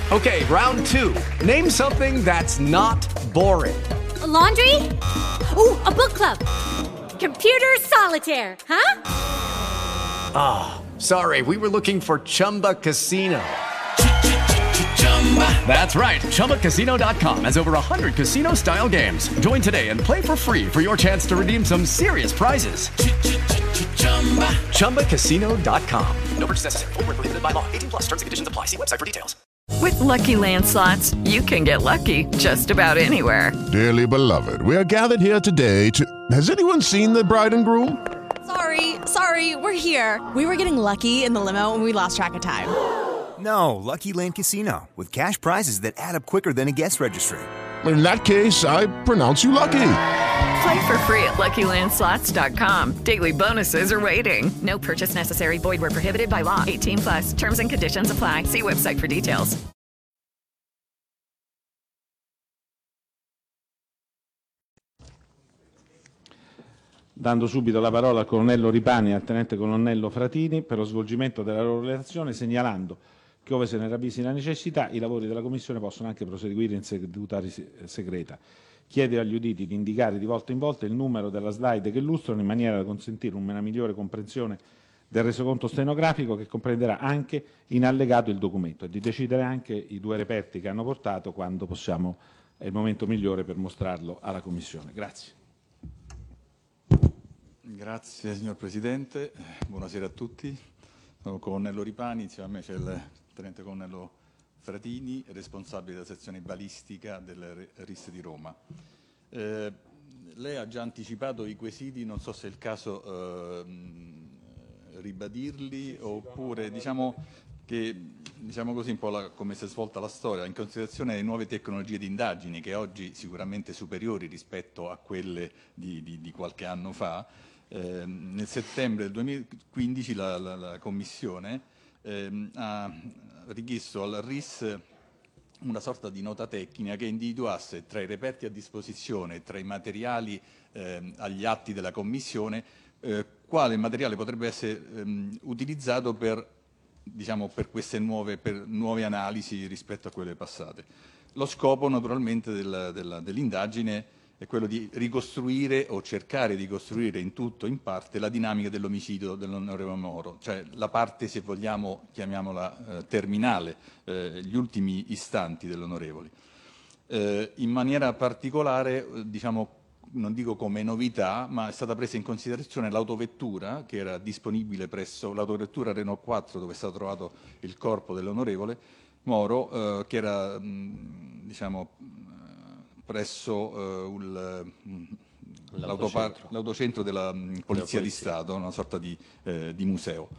Okay, round two. Name something that's not boring. A laundry? Ooh, a book club. Computer solitaire, huh? Ah, sorry, we were looking for Chumba Casino. That's right, ChumbaCasino.com has over 100 casino-style games. Join today and play for free for your chance to redeem some serious prizes. ChumbaCasino.com. No purchase necessary. Void where prohibited by law. 18+ terms and conditions apply. See website for details. With Lucky Land Slots, you can get lucky just about anywhere. Dearly beloved, we are gathered here today to... Has anyone seen the bride and groom? Sorry, we're here. We were getting lucky in the limo and we lost track of time. No, Lucky Land Casino, with cash prizes that add up quicker than a guest registry. In that case, I pronounce you lucky. Play for free at LuckyLandSlots.com. Daily bonuses are waiting. No purchase necessary. Void where prohibited by law. 18+. Terms and conditions apply. See website for details. Dando subito la parola al colonnello Ripani e al tenente colonnello Fratini per lo svolgimento della loro relazione, segnalando che, ove se ne ravvisi la necessità, i lavori della Commissione possono anche proseguire in seduta segreta. Chiede agli uditi di indicare di volta in volta il numero della slide che illustrano in maniera da consentire una migliore comprensione del resoconto stenografico, che comprenderà anche in allegato il documento, e di decidere anche i due reperti che hanno portato, quando è il momento migliore per mostrarlo alla Commissione. Grazie. Grazie signor Presidente, buonasera a tutti. Sono il colonnello Ripani, insieme a me c'è il tenente colonnello Fratini, responsabile della sezione balistica del RIS di Roma. Lei ha già anticipato i quesiti, non so se è il caso ribadirli, oppure diciamo così un po' come si è svolta la storia, in considerazione delle nuove tecnologie di indagini, che oggi sicuramente superiori rispetto a quelle di qualche anno fa. Nel settembre del 2015 la Commissione ha richiesto al RIS una sorta di nota tecnica che individuasse tra i reperti a disposizione, tra i materiali agli atti della Commissione, quale materiale potrebbe essere utilizzato per queste nuove analisi rispetto a quelle passate. Lo scopo naturalmente dell'indagine è quello di ricostruire o cercare di ricostruire in tutto o in parte la dinamica dell'omicidio dell'onorevole Moro, cioè la parte, se vogliamo, chiamiamola terminale, gli ultimi istanti dell'onorevole. In maniera particolare, non dico come novità, ma è stata presa in considerazione l'autovettura che era disponibile presso l'autovettura Renault 4, dove è stato trovato il corpo dell'onorevole Moro, che era presso l'autocentro della Polizia di Stato, una sorta di museo.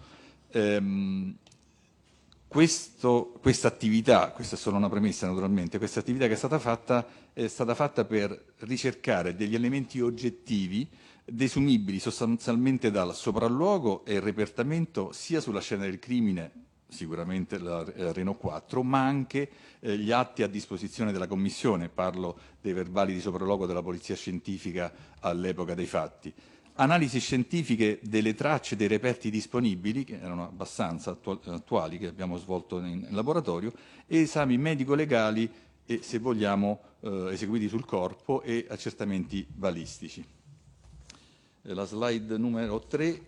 Questa attività, questa è solo una premessa naturalmente, questa attività che è stata fatta per ricercare degli elementi oggettivi desumibili sostanzialmente dal sopralluogo e il repertamento sia sulla scena del crimine, sicuramente la Renault 4, ma anche gli atti a disposizione della Commissione, parlo dei verbali di sopralluogo della Polizia Scientifica all'epoca dei fatti. Analisi scientifiche delle tracce dei reperti disponibili, che erano abbastanza attuali, che abbiamo svolto in laboratorio, e esami medico-legali e, se vogliamo, eseguiti sul corpo, e accertamenti balistici. La slide numero 3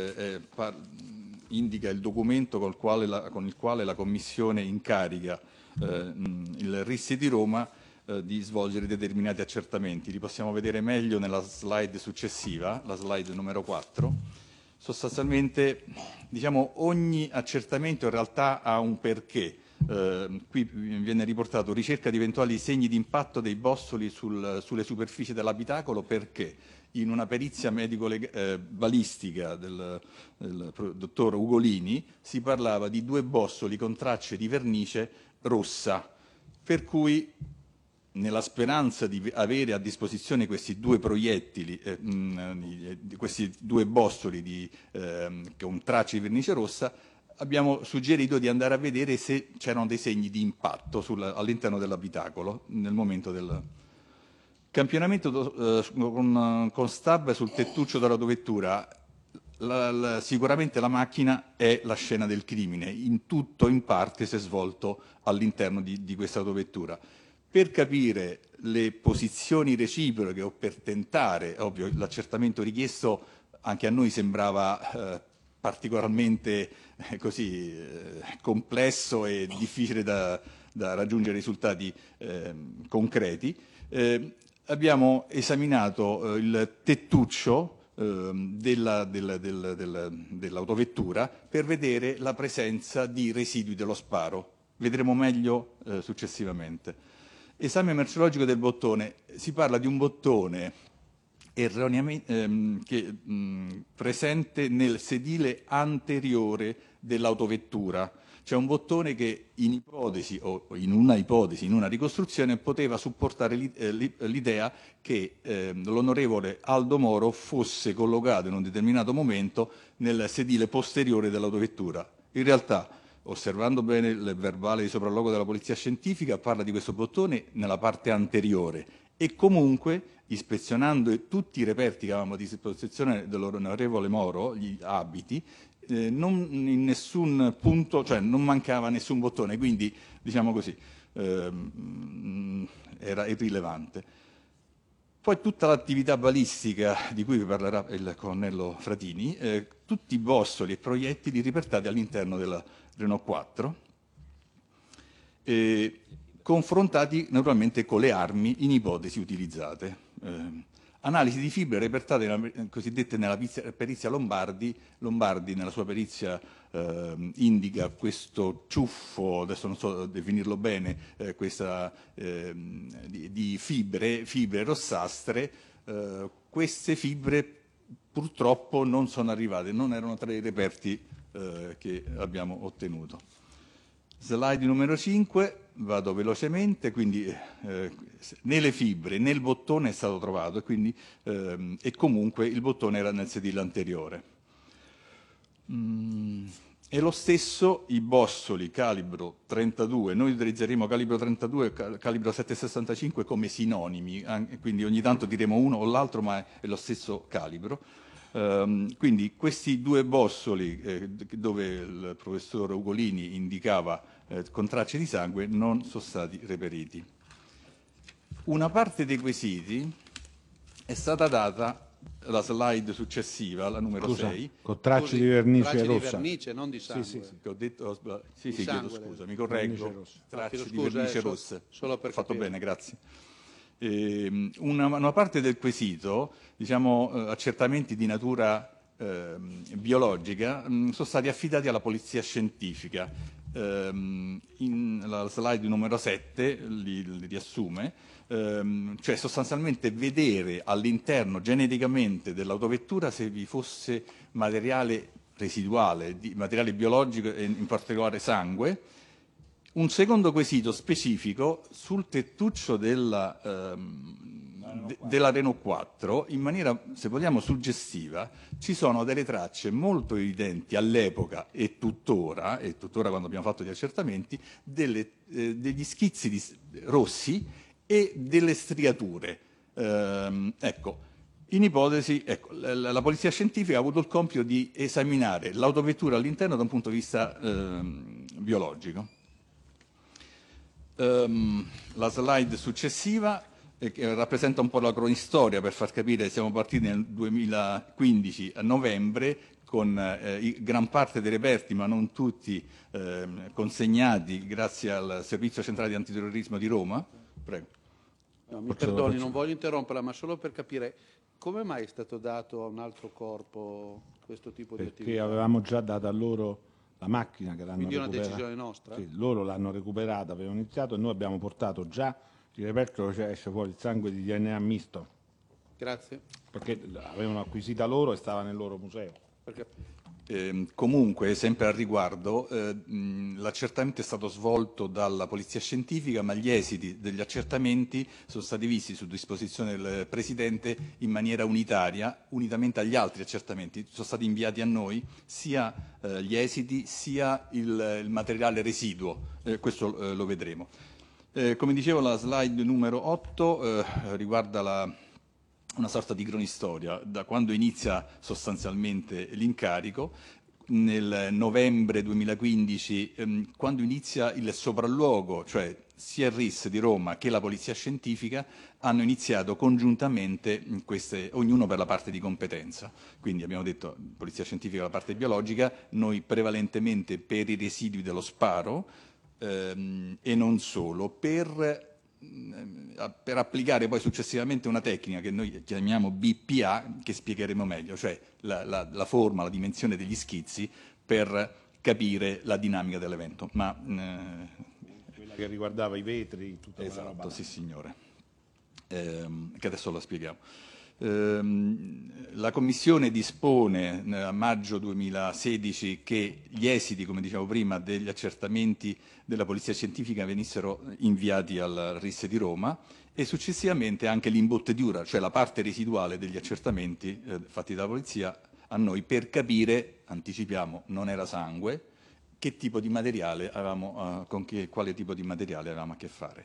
indica il documento con il quale la Commissione incarica il RIS di Roma di svolgere determinati accertamenti. Li possiamo vedere meglio nella slide successiva, la slide numero 4. Sostanzialmente, ogni accertamento in realtà ha un perché. Qui viene riportato ricerca di eventuali segni di impatto dei bossoli sulle superfici dell'abitacolo, perché in una perizia medico-balistica del dottor Ugolini si parlava di 2 bossoli con tracce di vernice rossa, per cui, nella speranza di avere a disposizione questi 2 proiettili, questi 2 bossoli con tracce di vernice rossa, abbiamo suggerito di andare a vedere se c'erano dei segni di impatto all'interno dell'abitacolo nel momento del campionamento con stab sul tettuccio dell'autovettura. sicuramente la macchina è la scena del crimine, in tutto o in parte si è svolto all'interno di questa autovettura. Per capire le posizioni reciproche o per tentare, ovvio, l'accertamento richiesto anche a noi sembrava particolarmente complesso e difficile da raggiungere risultati concreti. Abbiamo esaminato il tettuccio dell'autovettura per vedere la presenza di residui dello sparo. Vedremo meglio successivamente. Esame merceologico del bottone. Si parla di un bottone erroneamente presente nel sedile anteriore dell'autovettura. C'è un bottone che in una ricostruzione poteva supportare l'idea che l'onorevole Aldo Moro fosse collocato in un determinato momento nel sedile posteriore dell'autovettura. In realtà, osservando bene il verbale di sopralluogo della polizia scientifica, parla di questo bottone nella parte anteriore e comunque, ispezionando tutti i reperti che avevamo a disposizione dell'onorevole Moro, gli abiti, non in nessun punto, cioè non mancava nessun bottone, quindi diciamo così era irrilevante. Poi tutta l'attività balistica di cui vi parlerà il colonnello Fratini, tutti i bossoli e proiettili riportati all'interno della Renault 4, confrontati naturalmente con le armi in ipotesi utilizzate. Analisi di fibre repertate cosiddette nella perizia Lombardi. Lombardi nella sua perizia indica questo ciuffo, adesso non so definirlo bene, di fibre rossastre. Queste fibre purtroppo non sono arrivate, non erano tra i reperti che abbiamo ottenuto. Slide numero 5, vado velocemente, quindi né le fibre né il bottone è stato trovato e comunque il bottone era nel sedile anteriore. E lo stesso i bossoli calibro 32, noi utilizzeremo calibro 32 e calibro 7,65 come sinonimi, quindi ogni tanto diremo uno o l'altro, ma è lo stesso calibro. Quindi questi due bossoli dove il professor Ugolini indicava con tracce di sangue non sono stati reperiti. Una parte dei quesiti è stata data, la slide successiva, la numero 6. Con tracce di vernice rossa. Di vernice, non di sangue. Sì. Che ho detto, chiedo scusa, mi correggo. Tracce di vernice rosse. Solo per fatto capire. bene, grazie. Una parte del quesito, diciamo accertamenti di natura biologica, sono stati affidati alla polizia scientifica. La slide numero 7 li riassume, cioè sostanzialmente vedere all'interno geneticamente dell'autovettura se vi fosse materiale residuale, materiale biologico e in particolare sangue. Un secondo quesito specifico sul tettuccio della Renault 4, in maniera, se vogliamo, suggestiva, ci sono delle tracce molto evidenti all'epoca e tuttora quando abbiamo fatto gli accertamenti, degli schizzi rossi e delle striature. Ecco, in ipotesi, la polizia scientifica ha avuto il compito di esaminare l'autovettura all'interno da un punto di vista biologico. La slide successiva che rappresenta un po' la cronistoria per far capire, siamo partiti nel 2015 a novembre con gran parte dei reperti, ma non tutti, consegnati grazie al Servizio Centrale di Antiterrorismo di Roma. Prego. No, mi perdoni, non voglio interromperla, ma solo per capire come mai è stato dato a un altro corpo questo tipo di attività? Perché avevamo già dato a loro la macchina che l'hanno Quindi è una recuperata. decisione nostra? Sì, loro l'hanno recuperata, avevano iniziato e noi abbiamo portato già il reperto dove esce fuori il sangue di DNA misto. Grazie. Perché avevano acquisita loro e stava nel loro museo. Comunque, sempre al riguardo, l'accertamento è stato svolto dalla polizia scientifica, ma gli esiti degli accertamenti sono stati visti su disposizione del Presidente in maniera unitaria, unitamente agli altri accertamenti. Sono stati inviati a noi sia gli esiti sia il materiale residuo, questo lo vedremo. Come dicevo, la slide numero 8 riguarda una sorta di cronistoria, da quando inizia sostanzialmente l'incarico, nel novembre 2015, quando inizia il sopralluogo, cioè sia il RIS di Roma che la Polizia Scientifica hanno iniziato congiuntamente ognuno per la parte di competenza. Quindi abbiamo detto Polizia Scientifica la parte biologica, noi prevalentemente per i residui dello sparo e non solo, per applicare poi successivamente una tecnica che noi chiamiamo BPA, che spiegheremo meglio, cioè la forma, la dimensione degli schizzi per capire la dinamica dell'evento. Ma quella che riguardava i vetri, tutta quella roba. Esatto, sì signore, che adesso la spieghiamo. La Commissione dispone a maggio 2016 che gli esiti, come dicevo prima, degli accertamenti della Polizia Scientifica venissero inviati al RIS di Roma e successivamente anche l'imbottitura, cioè la parte residuale degli accertamenti fatti dalla Polizia a noi per capire, anticipiamo, non era sangue, che tipo di materiale avevamo, quale tipo di materiale avevamo a che fare.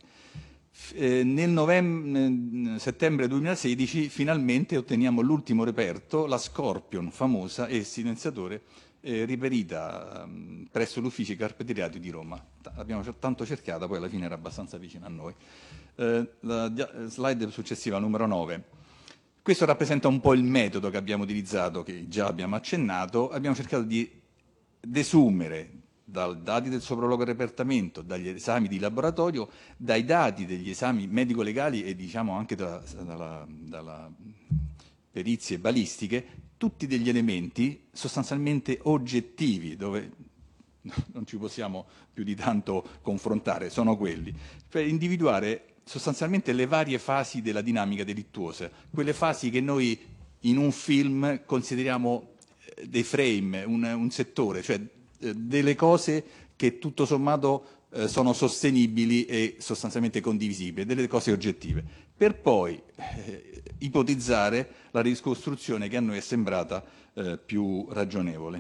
Nel settembre 2016 finalmente otteniamo l'ultimo reperto, la Scorpion famosa e silenziatore riperita presso l'ufficio carpentieriati di Roma. L'abbiamo tanto cercata, poi alla fine era abbastanza vicina a noi. La slide successiva, numero 9. Questo rappresenta un po' il metodo che abbiamo utilizzato, che già abbiamo accennato. Abbiamo cercato di desumere dai dati del sopralluogo e repertamento, dagli esami di laboratorio, dai dati degli esami medico-legali e diciamo anche dalla perizie balistiche, tutti degli elementi sostanzialmente oggettivi, dove non ci possiamo più di tanto confrontare, sono quelli, per individuare sostanzialmente le varie fasi della dinamica delittuosa, quelle fasi che noi in un film consideriamo dei frame, un settore, cioè delle cose che tutto sommato sono sostenibili e sostanzialmente condivisibili, delle cose oggettive, per poi ipotizzare la ricostruzione che a noi è sembrata più ragionevole.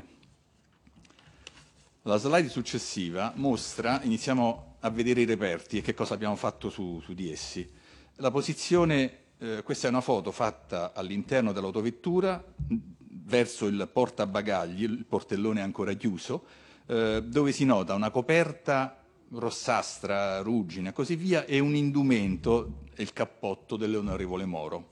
La slide successiva mostra, iniziamo a vedere i reperti e che cosa abbiamo fatto su di essi. La posizione, questa è una foto fatta all'interno dell'autovettura, verso il portabagagli, il portellone ancora chiuso, dove si nota una coperta rossastra, ruggine e così via, e un indumento, il cappotto dell'onorevole Moro.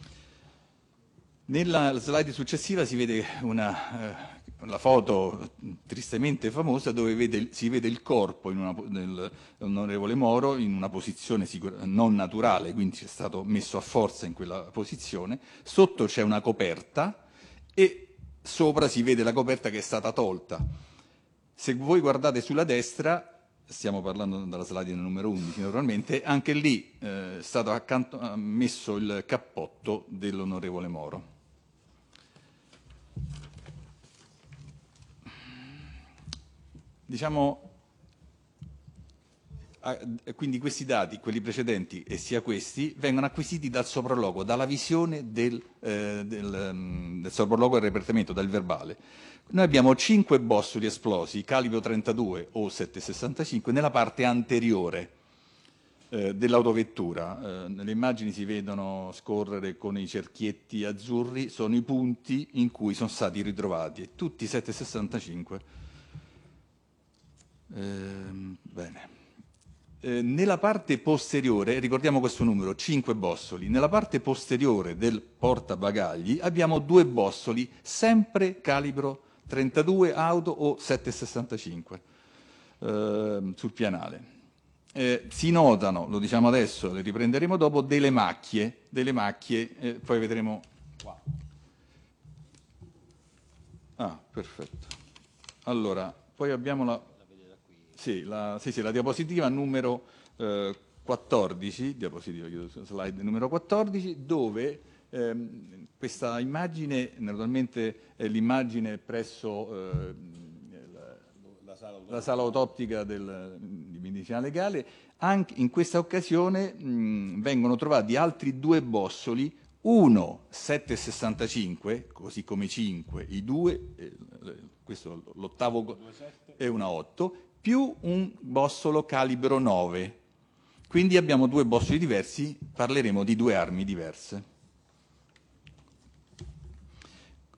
Nella slide successiva si vede la foto tristemente famosa dove si vede il corpo dell'onorevole Moro in una posizione non naturale, quindi è stato messo a forza in quella posizione. Sotto c'è una coperta e sopra si vede la coperta che è stata tolta. Se voi guardate sulla destra, stiamo parlando della slide numero 11 naturalmente, anche lì è stato messo il cappotto dell'onorevole Moro. Diciamo, quindi questi dati, quelli precedenti e sia questi, vengono acquisiti dal sopralluogo, dalla visione del sopralluogo e repertamento, dal verbale. Noi abbiamo 5 bossoli esplosi, calibro 32 o 7,65, nella parte anteriore dell'autovettura. Nelle immagini si vedono scorrere con i cerchietti azzurri, sono i punti in cui sono stati ritrovati, tutti 7,65. Bene. Nella parte posteriore, ricordiamo questo numero, 5 bossoli, nella parte posteriore del portabagagli abbiamo 2 bossoli, sempre calibro 32 auto o 7,65 sul pianale. Si notano, lo diciamo adesso, le riprenderemo dopo, delle macchie, poi vedremo qua. Ah, perfetto. Allora, poi abbiamo la diapositiva numero 14, slide numero 14, dove questa immagine, naturalmente è l'immagine presso la sala autoptica di medicina legale. Anche in questa occasione vengono trovati altri 2 bossoli, uno 7,65, così come 5, i 2, questo l'8º è una 8, più un bossolo calibro 9. Quindi abbiamo 2 bossoli diversi, parleremo di 2 armi diverse.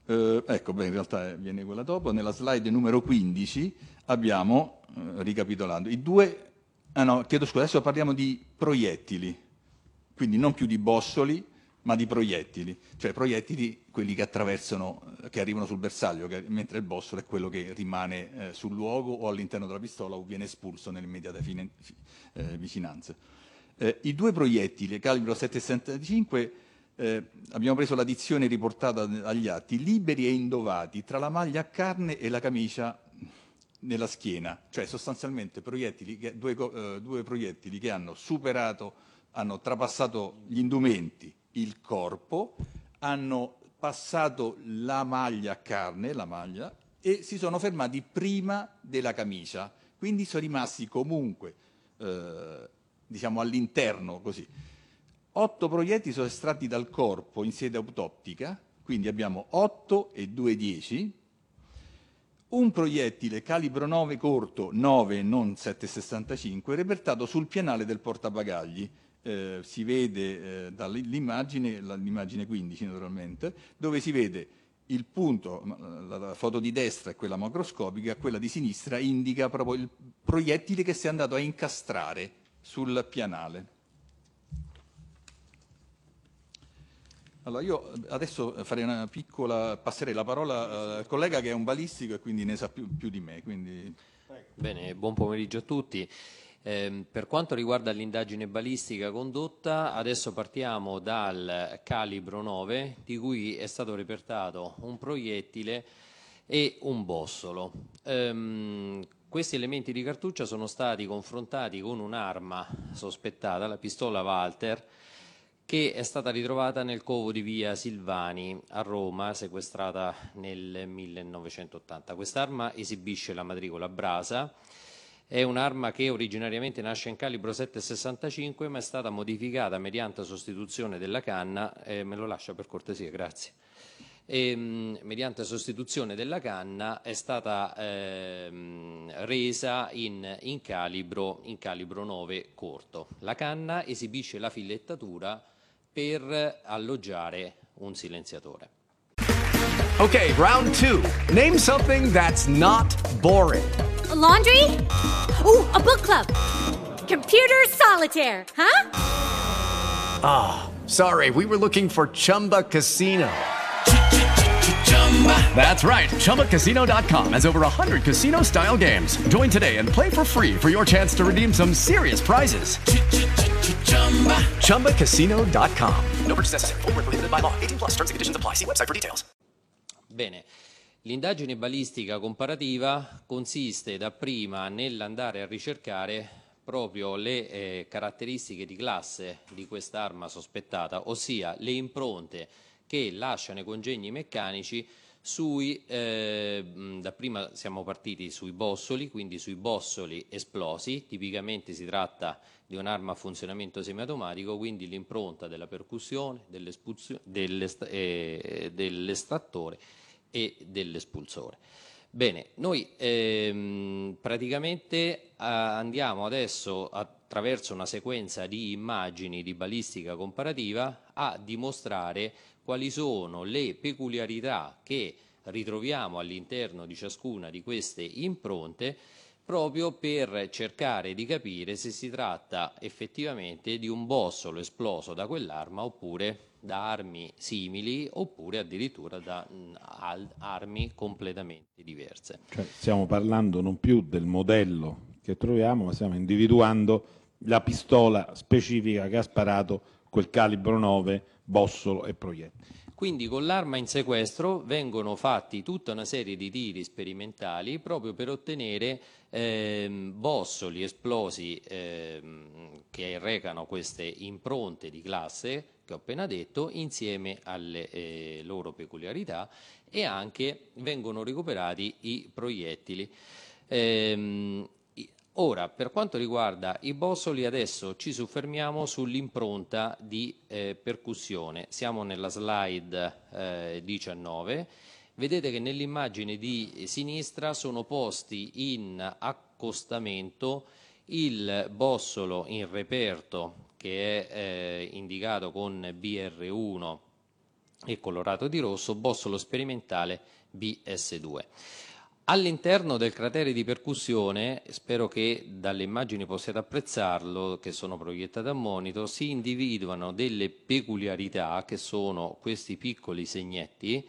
Ecco, beh, in realtà viene quella dopo. Nella slide numero 15 abbiamo, ricapitolando, i due... Ah no, chiedo scusa, adesso parliamo di proiettili, quindi non più di bossoli, ma di proiettili, cioè proiettili quelli che attraversano, che arrivano sul bersaglio, mentre il bossolo è quello che rimane sul luogo o all'interno della pistola o viene espulso nell'immediata vicinanza. I due proiettili calibro 7,65 abbiamo preso la dizione riportata agli atti, liberi e indovati tra la maglia a carne e la camicia nella schiena, cioè sostanzialmente due proiettili che hanno trapassato gli indumenti, il corpo, hanno passato la maglia a carne, e si sono fermati prima della camicia, quindi sono rimasti comunque diciamo all'interno così. 8 proiettili sono estratti dal corpo in sede autoptica, quindi abbiamo 8 e 2,10. Un proiettile calibro 9 corto, 9 non 7,65, repertato sul pianale del portabagagli. Si vede dall'immagine, l'immagine 15 naturalmente, dove si vede il punto, la foto di destra è quella macroscopica, quella di sinistra indica proprio il proiettile che si è andato a incastrare sul pianale. Allora, io adesso farei passerei la parola al collega che è un balistico e quindi ne sa più di me. Quindi... Bene, buon pomeriggio a tutti. Per quanto riguarda l'indagine balistica condotta, adesso partiamo dal calibro 9, di cui è stato repertato un proiettile e un bossolo. Questi elementi di cartuccia sono stati confrontati con un'arma sospettata, la pistola Walther, che è stata ritrovata nel covo di via Silvani a Roma, sequestrata nel 1980. Quest'arma esibisce la matricola Brasa, è un'arma che originariamente nasce in calibro 7,65 ma è stata modificata mediante sostituzione della canna, me lo lascia per cortesia, grazie. Mediante sostituzione della canna è stata resa in calibro 9 corto. La canna esibisce la filettatura per alloggiare un silenziatore. Okay, round 2. Name something that's not boring. A laundry? Ooh, a book club. Computer solitaire, huh? Ah, sorry, we were looking for Chumba Casino. That's right. ChumbaCasino.com has over 100 casino-style games. Join today and play for free for your chance to redeem some serious prizes. ChumbaCasino.com. No purchase necessary. Void where prohibited by law. 18+. Terms and conditions apply. See website for details. Bene. L'indagine balistica comparativa consiste dapprima nell'andare a ricercare proprio le caratteristiche di classe di quest'arma sospettata, ossia le impronte che lasciano i congegni meccanici dapprima siamo partiti sui bossoli, quindi sui bossoli esplosi. Tipicamente si tratta di un'arma a funzionamento semiautomatico, quindi l'impronta della percussione, dell'estrattore e dell'espulsore. Bene, noi praticamente andiamo adesso attraverso una sequenza di immagini di balistica comparativa a dimostrare quali sono le peculiarità che ritroviamo all'interno di ciascuna di queste impronte, proprio per cercare di capire se si tratta effettivamente di un bossolo esploso da quell'arma oppure da armi simili oppure addirittura da armi completamente diverse. Cioè, stiamo parlando non più del modello che troviamo, ma stiamo individuando la pistola specifica che ha sparato quel calibro 9, bossolo e proiettili. Quindi con l'arma in sequestro vengono fatti tutta una serie di tiri sperimentali proprio per ottenere bossoli esplosi che recano queste impronte di classe che ho appena detto, insieme alle loro peculiarità, e anche vengono recuperati i proiettili. Ora, per quanto riguarda i bossoli, adesso ci soffermiamo sull'impronta di percussione. Siamo nella slide 19. Vedete che nell'immagine di sinistra sono posti in accostamento il bossolo in reperto, che è indicato con BR1 e colorato di rosso, bossolo sperimentale BS2. All'interno del cratere di percussione, spero che dalle immagini possiate apprezzarlo, che sono proiettate a monitor, si individuano delle peculiarità che sono questi piccoli segnetti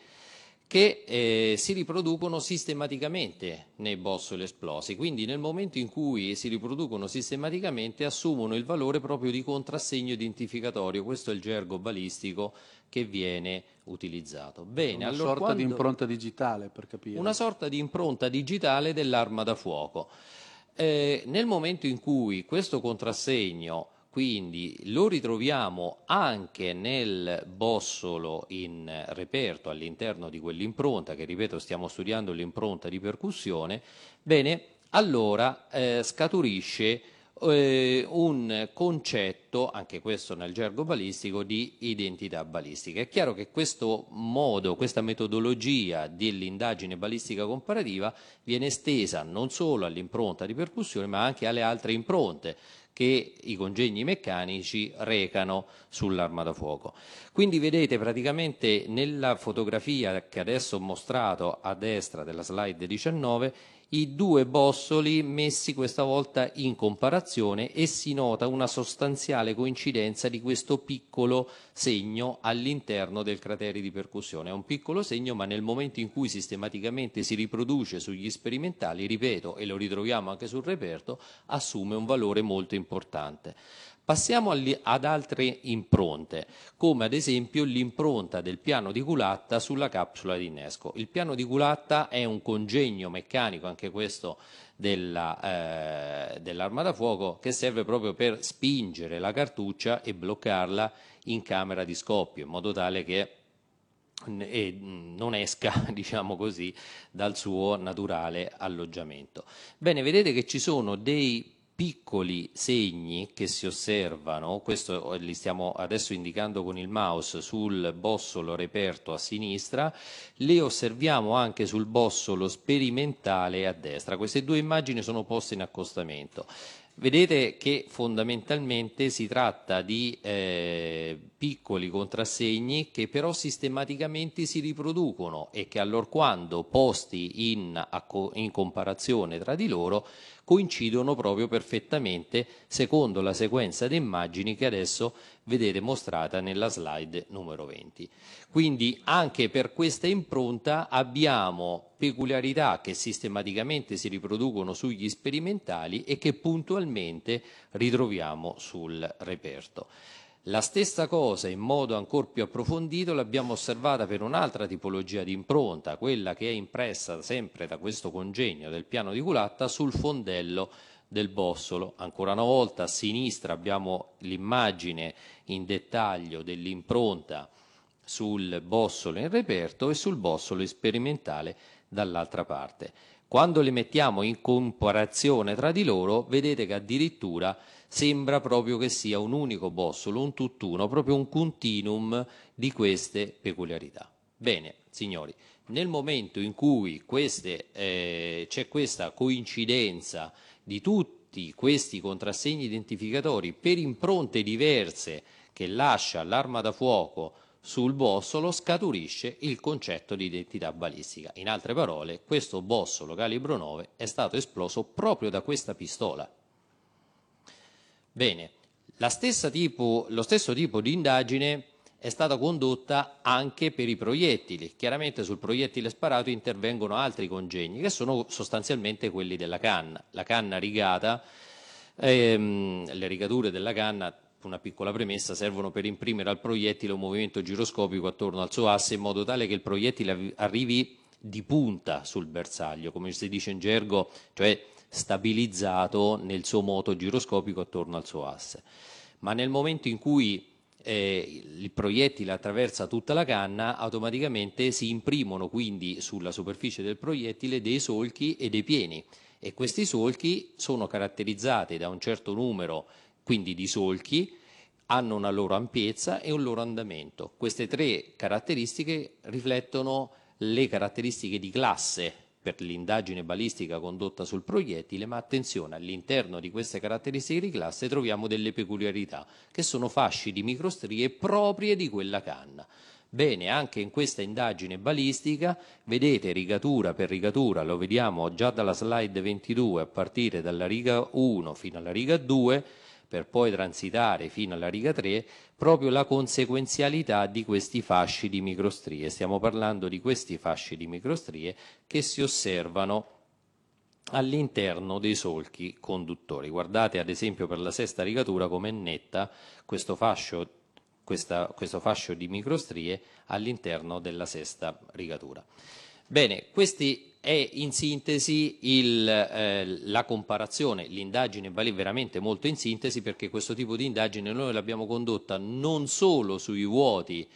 che si riproducono sistematicamente nei bossoli esplosi. Quindi nel momento in cui si riproducono sistematicamente assumono il valore proprio di contrassegno identificatorio. Questo è il gergo balistico che viene utilizzato. Bene, una sorta di impronta digitale, per capire. Una sorta di impronta digitale dell'arma da fuoco. Nel momento in cui questo contrassegno quindi lo ritroviamo anche nel bossolo in reperto all'interno di quell'impronta, che ripeto stiamo studiando l'impronta di percussione, bene, allora scaturisce un concetto, anche questo nel gergo balistico, di identità balistica. È chiaro che questo modo, questa metodologia dell'indagine balistica comparativa viene estesa non solo all'impronta di percussione ma anche alle altre impronte che i congegni meccanici recano sull'arma da fuoco. Quindi vedete praticamente nella fotografia che adesso ho mostrato a destra della slide 19 i due bossoli messi questa volta in comparazione e si nota una sostanziale coincidenza di questo piccolo segno all'interno del cratere di percussione. È un piccolo segno, ma nel momento in cui sistematicamente si riproduce sugli sperimentali, ripeto, e lo ritroviamo anche sul reperto, assume un valore molto importante. Passiamo ad altre impronte, come ad esempio l'impronta del piano di culatta sulla capsula di innesco. Il piano di culatta è un congegno meccanico, anche questo dell'arma da fuoco, che serve proprio per spingere la cartuccia e bloccarla in camera di scoppio, in modo tale che non esca, diciamo così, dal suo naturale alloggiamento. Bene, vedete che ci sono dei piccoli segni che si osservano, questo li stiamo adesso indicando con il mouse sul bossolo reperto a sinistra, le osserviamo anche sul bossolo sperimentale a destra. Queste due immagini sono poste in accostamento. Vedete che fondamentalmente si tratta di piccoli contrassegni che però sistematicamente si riproducono e che allorquando posti in comparazione tra di loro coincidono proprio perfettamente secondo la sequenza di immagini che adesso vedete mostrata nella slide numero 20. Quindi anche per questa impronta abbiamo peculiarità che sistematicamente si riproducono sugli sperimentali e che puntualmente ritroviamo sul reperto. La stessa cosa in modo ancora più approfondito l'abbiamo osservata per un'altra tipologia di impronta, quella che è impressa sempre da questo congegno del piano di culatta sul fondello del bossolo. Ancora una volta a sinistra abbiamo l'immagine in dettaglio dell'impronta sul bossolo in reperto e sul bossolo sperimentale dall'altra parte. Quando le mettiamo in comparazione tra di loro, vedete che addirittura sembra proprio che sia un unico bossolo, un tutt'uno, proprio un continuum di queste peculiarità. Bene, signori, nel momento in cui c'è questa coincidenza di tutti questi contrassegni identificatori per impronte diverse che lascia l'arma da fuoco sul bossolo, scaturisce il concetto di identità balistica. In altre parole, questo bossolo calibro 9 è stato esploso proprio da questa pistola. Bene, lo stesso tipo di indagine è stata condotta anche per i proiettili. Chiaramente sul proiettile sparato intervengono altri congegni che sono sostanzialmente quelli della canna. La canna rigata, le rigature della canna, una piccola premessa, servono per imprimere al proiettile un movimento giroscopico attorno al suo asse in modo tale che il proiettile arrivi di punta sul bersaglio, come si dice in gergo, cioè stabilizzato nel suo moto giroscopico attorno al suo asse. Ma nel momento in cui il proiettile attraversa tutta la canna, automaticamente si imprimono quindi sulla superficie del proiettile dei solchi e dei pieni, e questi solchi sono caratterizzati da un certo numero quindi di solchi, hanno una loro ampiezza e un loro andamento. Queste tre caratteristiche riflettono le caratteristiche di classe per l'indagine balistica condotta sul proiettile, ma attenzione, all'interno di queste caratteristiche di classe troviamo delle peculiarità, che sono fasci di microstrie proprie di quella canna. Bene, anche in questa indagine balistica, vedete rigatura per rigatura, lo vediamo già dalla slide 22, a partire dalla riga 1 fino alla riga 2, per poi transitare fino alla riga 3, proprio la conseguenzialità di questi fasci di microstrie. Stiamo parlando di questi fasci di microstrie che si osservano all'interno dei solchi conduttori. Guardate ad esempio per la sesta rigatura come è netta questo fascio di microstrie all'interno della sesta rigatura. Bene, questi è in sintesi la comparazione, l'indagine vale veramente molto in sintesi, perché questo tipo di indagine noi l'abbiamo condotta non solo sui vuoti,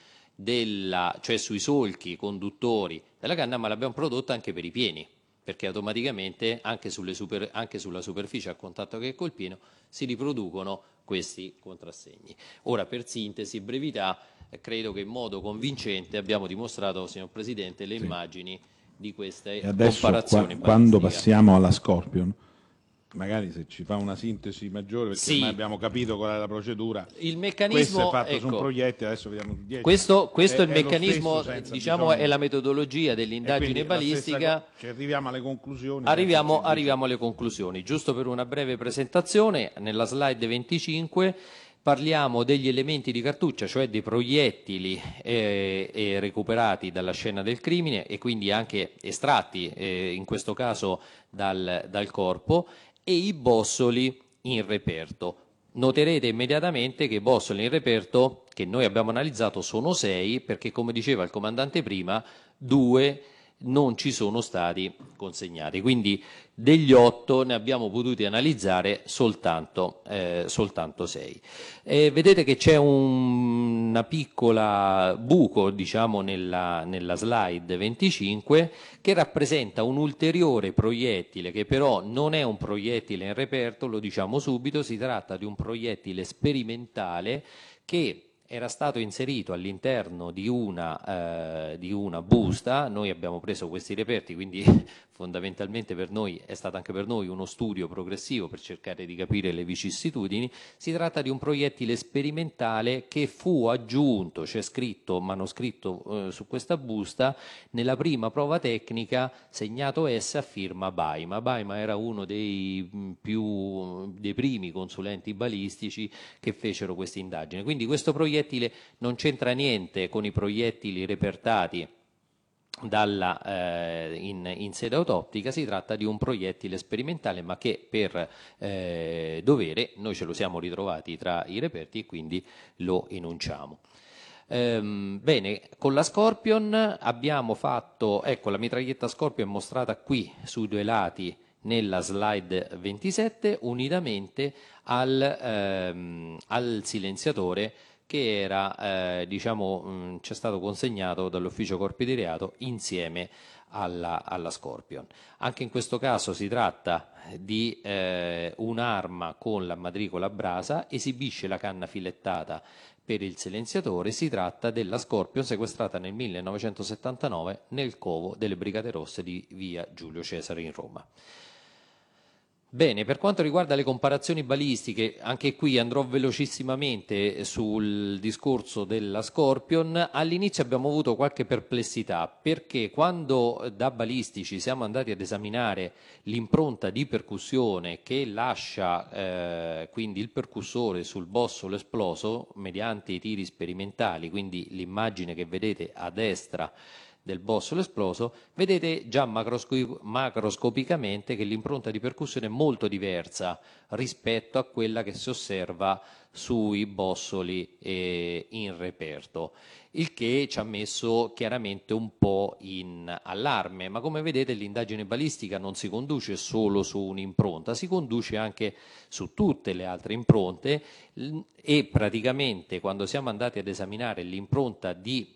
cioè sui solchi conduttori della canna, ma l'abbiamo prodotta anche per i pieni, perché automaticamente anche sulla superficie a contatto che è col pieno si riproducono questi contrassegni. Ora, per sintesi, brevità, credo che in modo convincente abbiamo dimostrato, signor Presidente, le immagini di queste comparazioni. Quando passiamo alla Scorpion, magari se ci fa una sintesi maggiore, perché sì, ormai abbiamo capito qual è la procedura. Il meccanismo, questo è fatto su un proiettile, adesso vediamo dietro. Questo è il meccanismo, diciamo, è la metodologia dell'indagine balistica. Arriviamo alle conclusioni. Arriviamo alle conclusioni. Giusto per una breve presentazione, nella slide 25 parliamo degli elementi di cartuccia, cioè dei proiettili recuperati dalla scena del crimine e quindi anche estratti, in questo caso dal corpo, e i bossoli in reperto. Noterete immediatamente che i bossoli in reperto che noi abbiamo analizzato sono 6, perché come diceva il comandante prima, 2 non ci sono stati consegnati, quindi degli 8 ne abbiamo potuti analizzare soltanto 6. Vedete che c'è una piccola buco, diciamo, nella slide 25 che rappresenta un ulteriore proiettile, che però non è un proiettile in reperto, lo diciamo subito, si tratta di un proiettile sperimentale che era stato inserito all'interno di una busta. Noi abbiamo preso questi reperti, quindi fondamentalmente per noi è stato anche per noi uno studio progressivo per cercare di capire le vicissitudini. Si tratta di un proiettile sperimentale che fu aggiunto, c'è scritto, manoscritto su questa busta, nella prima prova tecnica segnato S a firma Baima. Baima era uno dei primi consulenti balistici che fecero questa indagine. Quindi questo proiettile non c'entra niente con i proiettili repertati in sede autoptica, si tratta di un proiettile sperimentale, ma che per dovere noi ce lo siamo ritrovati tra i reperti e quindi lo enunciamo. Bene, con la Scorpion abbiamo fatto, ecco, la mitraglietta Scorpion è mostrata qui sui due lati nella slide 27, unitamente al silenziatore che era, ci è stato consegnato dall'ufficio corpi di reato insieme alla Scorpion. Anche in questo caso si tratta di un'arma con la matricola a brasa, esibisce la canna filettata per il silenziatore. Si tratta della Scorpion sequestrata nel 1979 nel covo delle Brigate Rosse di via Giulio Cesare in Roma. Bene, per quanto riguarda le comparazioni balistiche, anche qui andrò velocissimamente sul discorso della Scorpion. All'inizio abbiamo avuto qualche perplessità, perché quando da balistici siamo andati ad esaminare l'impronta di percussione che lascia quindi il percussore sul bossolo esploso mediante i tiri sperimentali, quindi l'immagine che vedete a destra del bossolo esploso, vedete già macroscopicamente che l'impronta di percussione è molto diversa rispetto a quella che si osserva sui bossoli in reperto, il che ci ha messo chiaramente un po' in allarme. Ma come vedete l'indagine balistica non si conduce solo su un'impronta, si conduce anche su tutte le altre impronte, e praticamente quando siamo andati ad esaminare l'impronta di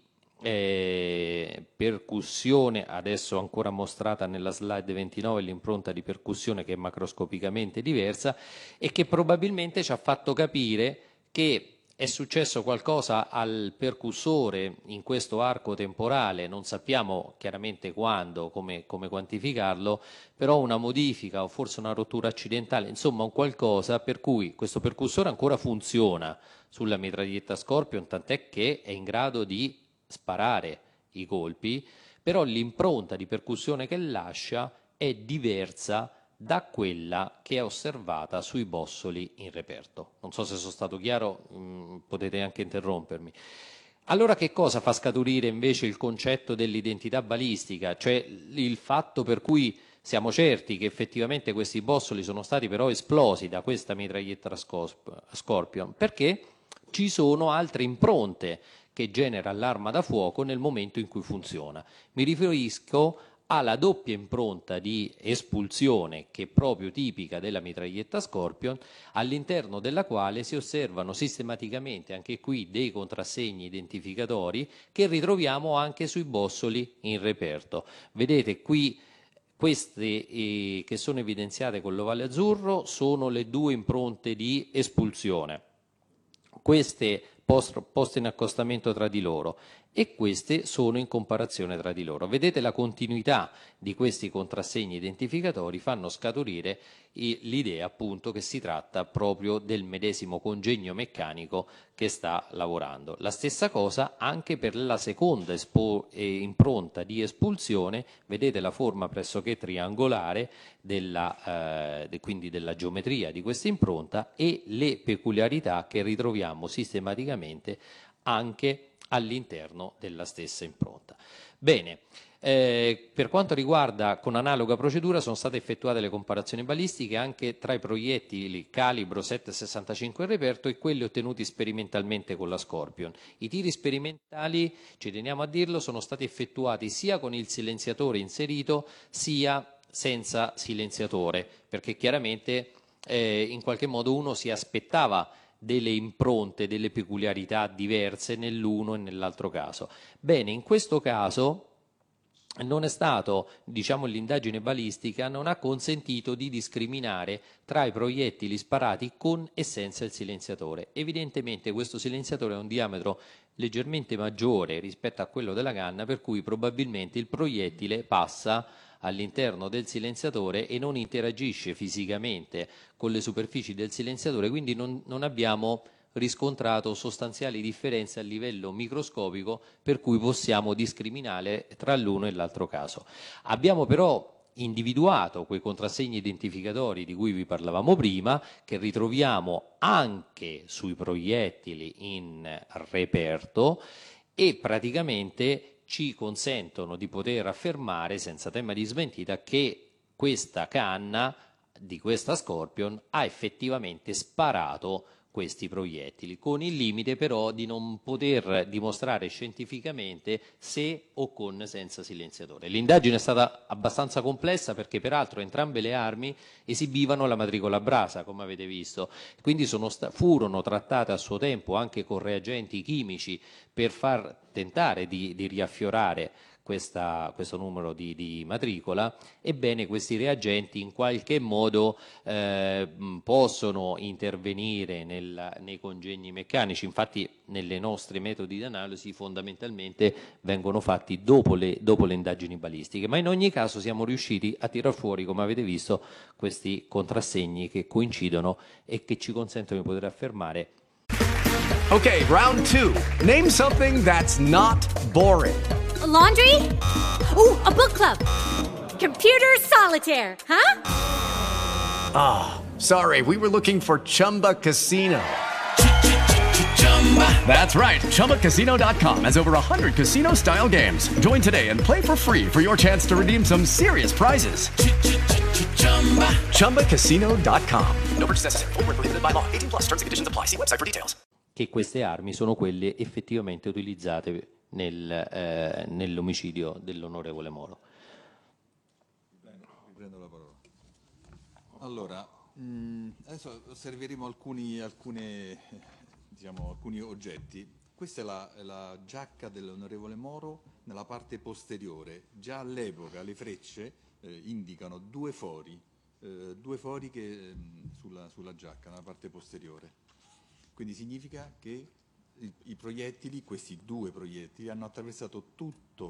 percussione, adesso ancora mostrata nella slide 29, l'impronta di percussione che è macroscopicamente diversa e che probabilmente ci ha fatto capire che è successo qualcosa al percussore in questo arco temporale, non sappiamo chiaramente quando, come quantificarlo, però una modifica o forse una rottura accidentale, insomma un qualcosa per cui questo percussore ancora funziona sulla mitraglietta Scorpion, tant'è che è in grado di sparare i colpi, però l'impronta di percussione che lascia è diversa da quella che è osservata sui bossoli in reperto. Non so se sono stato chiaro, potete anche interrompermi. Allora che cosa fa scaturire invece il concetto dell'identità balistica, cioè il fatto per cui siamo certi che effettivamente questi bossoli sono stati però esplosi da questa mitraglietta Scorpion? Perché ci sono altre impronte che genera l'arma da fuoco nel momento in cui funziona. Mi riferisco alla doppia impronta di espulsione che è proprio tipica della mitraglietta Scorpion, all'interno della quale si osservano sistematicamente anche qui dei contrassegni identificatori che ritroviamo anche sui bossoli in reperto. Vedete qui queste che sono evidenziate con l'ovale azzurro sono le due impronte di espulsione. Queste poste in accostamento tra di loro e queste sono in comparazione tra di loro. Vedete la continuità di questi contrassegni identificatori fanno scaturire l'idea appunto che si tratta proprio del medesimo congegno meccanico che sta lavorando. La stessa cosa anche per la seconda impronta di espulsione, vedete la forma pressoché triangolare quindi della geometria di questa impronta e le peculiarità che ritroviamo sistematicamente anche all'interno della stessa impronta. Bene, per quanto riguarda con analoga procedura sono state effettuate le comparazioni balistiche anche tra i proiettili calibro 7,65 in reperto e quelli ottenuti sperimentalmente con la Scorpion. I tiri sperimentali, ci teniamo a dirlo, sono stati effettuati sia con il silenziatore inserito sia senza silenziatore, perché chiaramente in qualche modo uno si aspettava delle impronte, delle peculiarità diverse nell'uno e nell'altro caso. Bene, in questo caso non è stato, l'indagine balistica non ha consentito di discriminare tra i proiettili sparati con e senza il silenziatore. Evidentemente questo silenziatore ha un diametro leggermente maggiore rispetto a quello della canna, per cui probabilmente il proiettile passa all'interno del silenziatore e non interagisce fisicamente con le superfici del silenziatore, quindi non abbiamo riscontrato sostanziali differenze a livello microscopico per cui possiamo discriminare tra l'uno e l'altro caso. Abbiamo però individuato quei contrassegni identificatori di cui vi parlavamo prima, che ritroviamo anche sui proiettili in reperto e praticamente ci consentono di poter affermare senza tema di smentita che questa canna di questa Scorpion ha effettivamente sparato questi proiettili, con il limite però di non poter dimostrare scientificamente se o con senza silenziatore. L'indagine è stata abbastanza complessa perché peraltro entrambe le armi esibivano la matricola Brasa, come avete visto, quindi furono trattate a suo tempo anche con reagenti chimici per far tentare di riaffiorare questo numero di matricola. Ebbene, questi reagenti in qualche modo possono intervenire nei congegni meccanici, infatti nelle nostre metodi di analisi fondamentalmente vengono fatti dopo le indagini balistiche, ma in ogni caso siamo riusciti a tirar fuori, come avete visto, questi contrassegni che coincidono e che ci consentono di poter affermare. Okay, round two. Name something that's not boring. A laundry? Ooh, a book club. Computer solitaire, huh? Ah, sorry, we were looking for Chumba Casino. That's right, ChumbaCasino.com has over 100 casino-style games. Join today and play for free for your chance to redeem some serious prizes. ChumbaCasino.com. No purchase necessary. Void where prohibited by law. 18+ terms and conditions apply. See website for details. Che queste armi sono quelle effettivamente utilizzate nell'omicidio dell'onorevole Moro. Riprendo la parola. Allora, adesso osserveremo alcuni oggetti. Questa è la giacca dell'onorevole Moro nella parte posteriore. Già all'epoca le frecce indicano due fori che sulla giacca nella parte posteriore. Quindi significa che questi due proiettili hanno attraversato tutto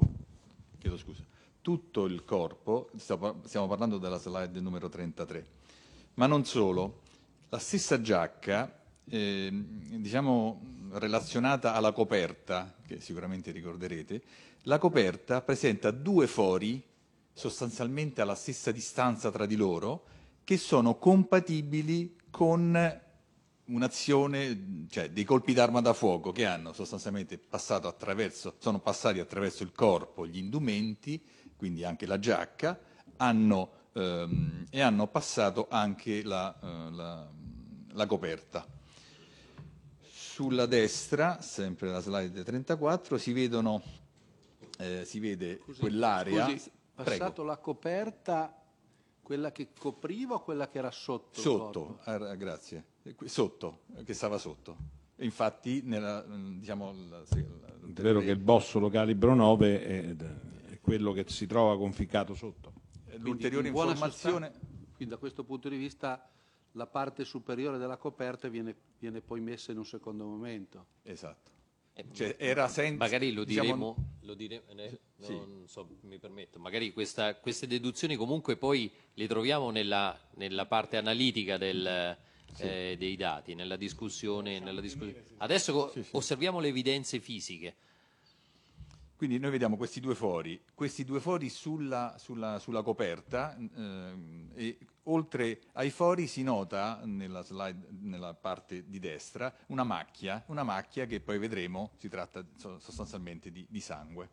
il corpo. Stiamo parlando della slide numero 33. Ma non solo, la stessa giacca relazionata alla coperta, che sicuramente ricorderete. La coperta presenta 2 fori sostanzialmente alla stessa distanza tra di loro, che sono compatibili con un'azione, cioè dei colpi d'arma da fuoco che hanno sostanzialmente sono passati attraverso il corpo, gli indumenti, quindi anche la giacca, e hanno passato anche la coperta. Sulla destra, sempre la slide 34, si vede quell'area. Scusi, passato la coperta, quella che copriva o quella che era sotto? Sotto, grazie. Sotto, che stava sotto. Infatti, è vero che il bossolo calibro 9 è quello che si trova conficcato sotto. L'ulteriore informazione... Quindi da questo punto di vista la parte superiore della coperta viene poi messa in un secondo momento. Esatto. Cioè, era magari lo diremo, non so, mi permetto, magari queste deduzioni comunque poi le troviamo nella parte analitica dei dati, nella discussione. Adesso osserviamo le evidenze fisiche. Quindi noi vediamo questi due fori sulla coperta, e oltre ai fori si nota nella slide, nella parte di destra, una macchia che poi vedremo si tratta sostanzialmente di sangue.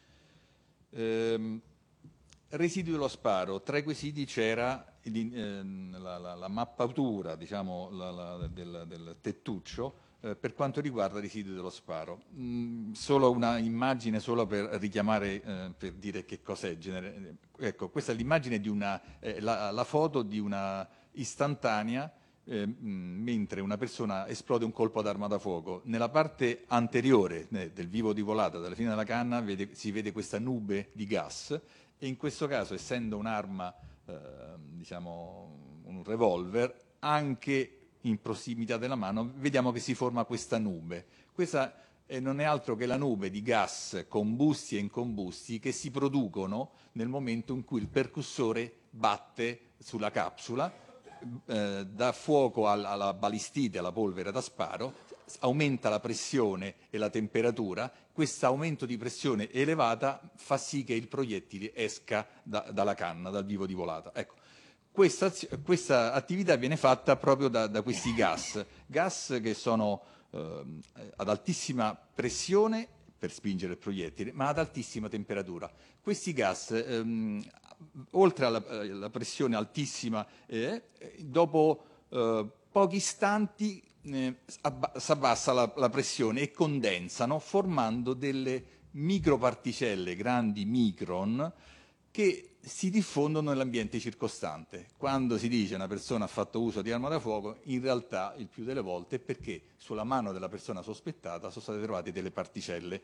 Residui dello sparo. Tra i quesiti c'era la mappatura, diciamo, del tettuccio, per quanto riguarda i residui dello sparo. Solo una immagine solo per richiamare, per dire che cos'è. Ecco, questa è l'immagine di la foto di una istantanea mentre una persona esplode un colpo d'arma da fuoco. Nella parte anteriore del vivo di volata, dalla fine della canna, si vede questa nube di gas, e in questo caso, essendo un'arma, diciamo un revolver, anche in prossimità della mano, vediamo che si forma questa nube. Questa non è altro che la nube di gas combusti e incombusti che si producono nel momento in cui il percussore batte sulla capsula, dà fuoco alla balistite, alla polvere da sparo, aumenta la pressione e la temperatura. Questo aumento di pressione elevata fa sì che il proiettile esca dalla canna, dal vivo di volata. Ecco. Questa attività viene fatta proprio da questi gas che sono ad altissima pressione per spingere il proiettile, ma ad altissima temperatura. Questi gas, oltre alla pressione altissima, dopo pochi istanti si abbassa la pressione e condensano, formando delle microparticelle, grandi micron, che si diffondono nell'ambiente circostante. Quando si dice una persona ha fatto uso di arma da fuoco, in realtà il più delle volte è perché sulla mano della persona sospettata sono state trovate delle particelle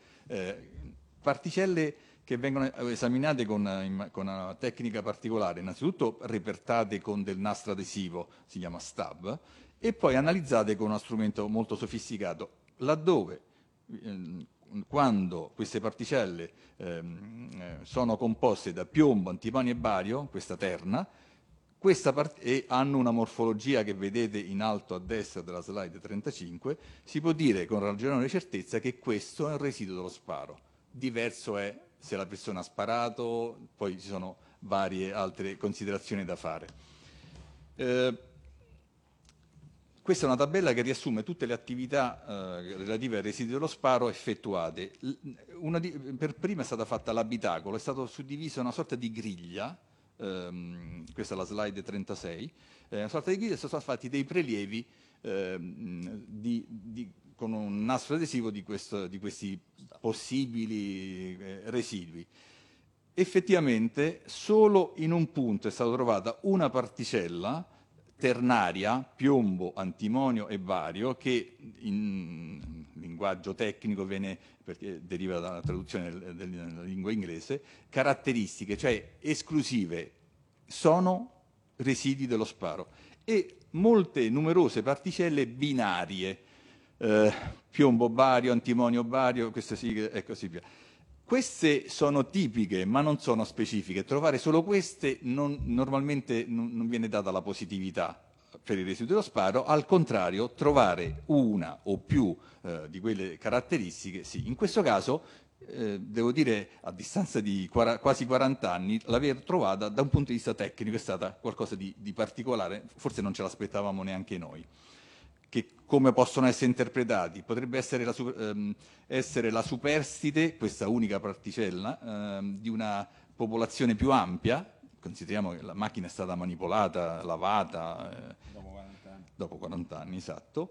che vengono esaminate con una tecnica particolare, innanzitutto repertate con del nastro adesivo, si chiama stab, e poi analizzate con uno strumento molto sofisticato, laddove quando queste particelle sono composte da piombo, antimonio e bario, questa terna, e hanno una morfologia che vedete in alto a destra della slide 35, si può dire con ragionevole certezza che questo è un residuo dello sparo. Diverso è se la persona ha sparato, poi ci sono varie altre considerazioni da fare. Questa è una tabella che riassume tutte le attività relative ai residui dello sparo effettuate. Per prima è stata fatta l'abitacolo, è stato suddiviso una sorta di griglia, questa è la slide 36, una sorta di griglia, sono stati fatti dei prelievi con un nastro adesivo di questi possibili residui. Effettivamente solo in un punto è stata trovata una particella ternaria, piombo, antimonio e bario, che in linguaggio tecnico perché deriva dalla traduzione della lingua inglese, caratteristiche, cioè esclusive, sono residui dello sparo, e molte numerose particelle binarie, piombo bario, antimonio bario, queste sigle e così via. Queste sono tipiche, ma non sono specifiche. Trovare solo queste normalmente non viene data la positività, per i residui dello sparo, al contrario trovare una o più di quelle caratteristiche sì. In questo caso devo dire, a distanza di quasi 40 anni, l'aver trovata da un punto di vista tecnico è stata qualcosa di particolare, forse non ce l'aspettavamo neanche noi. Che come possono essere interpretati? Potrebbe essere la superstite, questa unica particella, di una popolazione più ampia. Consideriamo che la macchina è stata manipolata, lavata dopo 40 anni, esatto,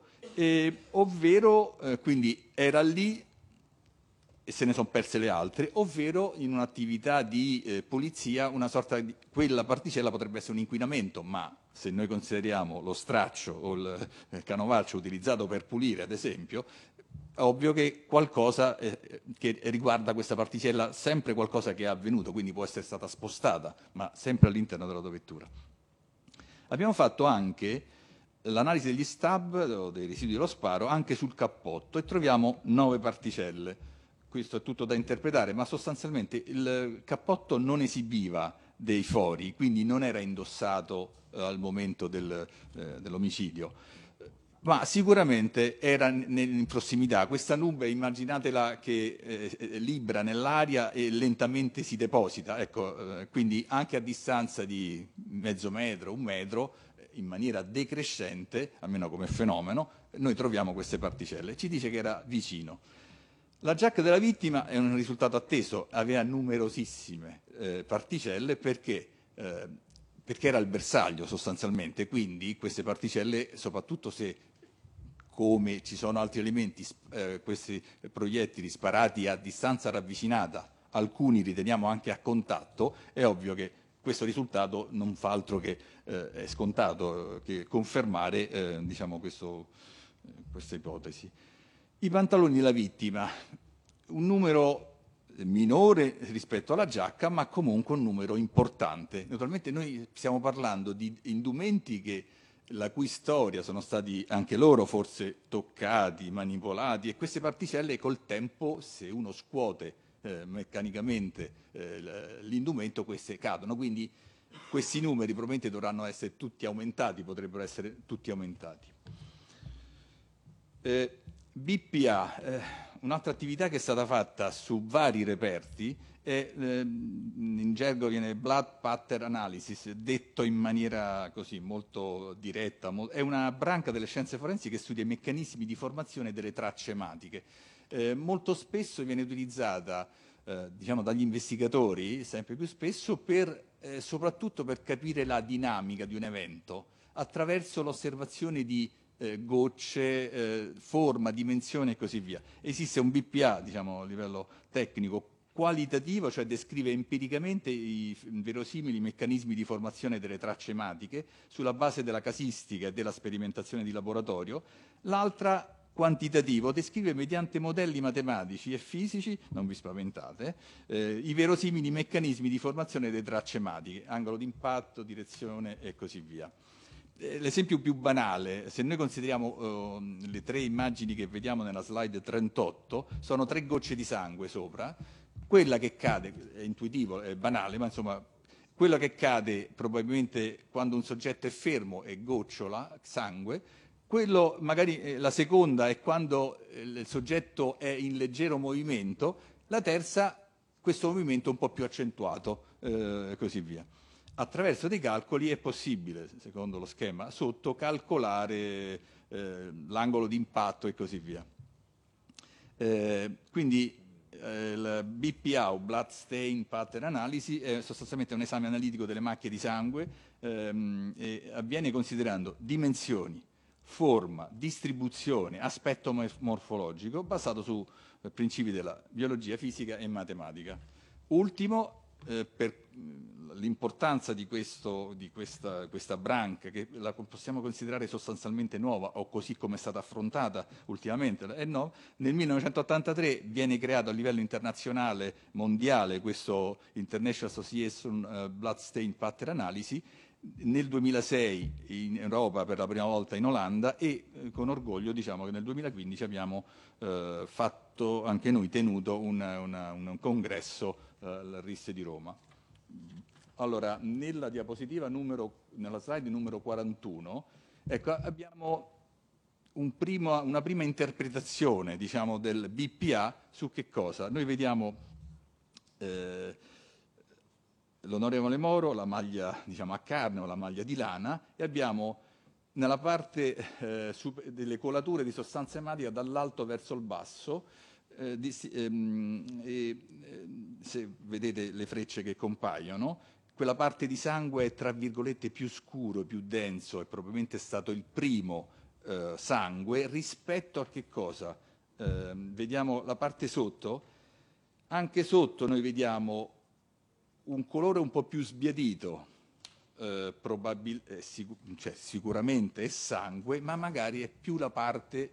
ovvero quindi era lì e se ne sono perse le altre, ovvero in un'attività di pulizia, una sorta di, quella particella potrebbe essere un inquinamento, ma se noi consideriamo lo straccio o il canovaccio utilizzato per pulire, ad esempio, è ovvio che qualcosa che riguarda questa particella, sempre qualcosa che è avvenuto, quindi può essere stata spostata, ma sempre all'interno dell'autovettura. Abbiamo fatto anche l'analisi degli stab, o dei residui dello sparo, anche sul cappotto e troviamo 9 particelle. Questo è tutto da interpretare, ma sostanzialmente il cappotto non esibiva dei fori, quindi non era indossato al momento dell'omicidio. Ma sicuramente era in prossimità. Questa nube, immaginatela che libra nell'aria e lentamente si deposita. Ecco, quindi anche a distanza di mezzo metro, 1 metro, in maniera decrescente, almeno come fenomeno, noi troviamo queste particelle. Ci dice che era vicino. La giacca della vittima è un risultato atteso, aveva numerosissime particelle perché era il bersaglio sostanzialmente, quindi queste particelle, soprattutto se come ci sono altri elementi, questi proiettili sparati a distanza ravvicinata, alcuni riteniamo anche a contatto, è ovvio che questo risultato non fa altro che è scontato, che confermare diciamo questa ipotesi. I pantaloni della vittima, un numero minore rispetto alla giacca, ma comunque un numero importante. Naturalmente noi stiamo parlando di indumenti la cui storia sono stati anche loro forse toccati, manipolati, e queste particelle col tempo, se uno scuote meccanicamente l'indumento, queste cadono, quindi questi numeri probabilmente dovranno essere tutti aumentati, potrebbero essere tutti aumentati. BPA, un'altra attività che è stata fatta su vari reperti, in gergo viene Blood Pattern Analysis, detto in maniera così molto diretta, è una branca delle scienze forensi che studia i meccanismi di formazione delle tracce ematiche. Molto spesso viene utilizzata diciamo dagli investigatori, sempre più spesso, soprattutto per capire la dinamica di un evento, attraverso l'osservazione di gocce, forma, dimensione e così via. Esiste un BPA, diciamo a livello tecnico, qualitativo, cioè descrive empiricamente i verosimili meccanismi di formazione delle tracce ematiche sulla base della casistica e della sperimentazione di laboratorio. L'altra, quantitativo, descrive mediante modelli matematici e fisici, non vi spaventate, i verosimili meccanismi di formazione delle tracce ematiche, angolo d'impatto, direzione e così via. L'esempio più banale, se noi consideriamo le 3 immagini che vediamo nella slide 38, sono 3 gocce di sangue sopra, quella che cade, è intuitivo, è banale, ma insomma, quella che cade probabilmente quando un soggetto è fermo e gocciola sangue, quello magari la seconda è quando il soggetto è in leggero movimento, la terza questo movimento un po' più accentuato, così via. Attraverso dei calcoli è possibile, secondo lo schema sotto, calcolare l'angolo di impatto e così via. Quindi il BPA, o Blood Stain Pattern Analysis, è sostanzialmente un esame analitico delle macchie di sangue e avviene considerando dimensioni, forma, distribuzione, aspetto morfologico, basato su principi della biologia, fisica e matematica. Ultimo, per l'importanza di questa branca, che la possiamo considerare sostanzialmente nuova, o così come è stata affrontata ultimamente, nel 1983 viene creato a livello internazionale, mondiale, questo International Association Blood Stain Pattern Analysis, nel 2006 in Europa, per la prima volta in Olanda, e con orgoglio diciamo che nel 2015 abbiamo fatto anche noi, tenuto un congresso al RIS di Roma. Allora, nella diapositiva nella slide numero 41 Ecco, abbiamo una prima interpretazione, diciamo, del BPA su che cosa? Noi vediamo l'onorevole Moro, la maglia, diciamo, a carne o la maglia di lana, e abbiamo nella parte delle colature di sostanza ematica dall'alto verso il basso, se vedete le frecce che compaiono, quella parte di sangue è tra virgolette più scuro, più denso, è probabilmente stato il primo sangue rispetto a che cosa? Vediamo la parte sotto, anche sotto noi vediamo un colore un po' più sbiadito, sicuramente è sangue, ma magari è più la parte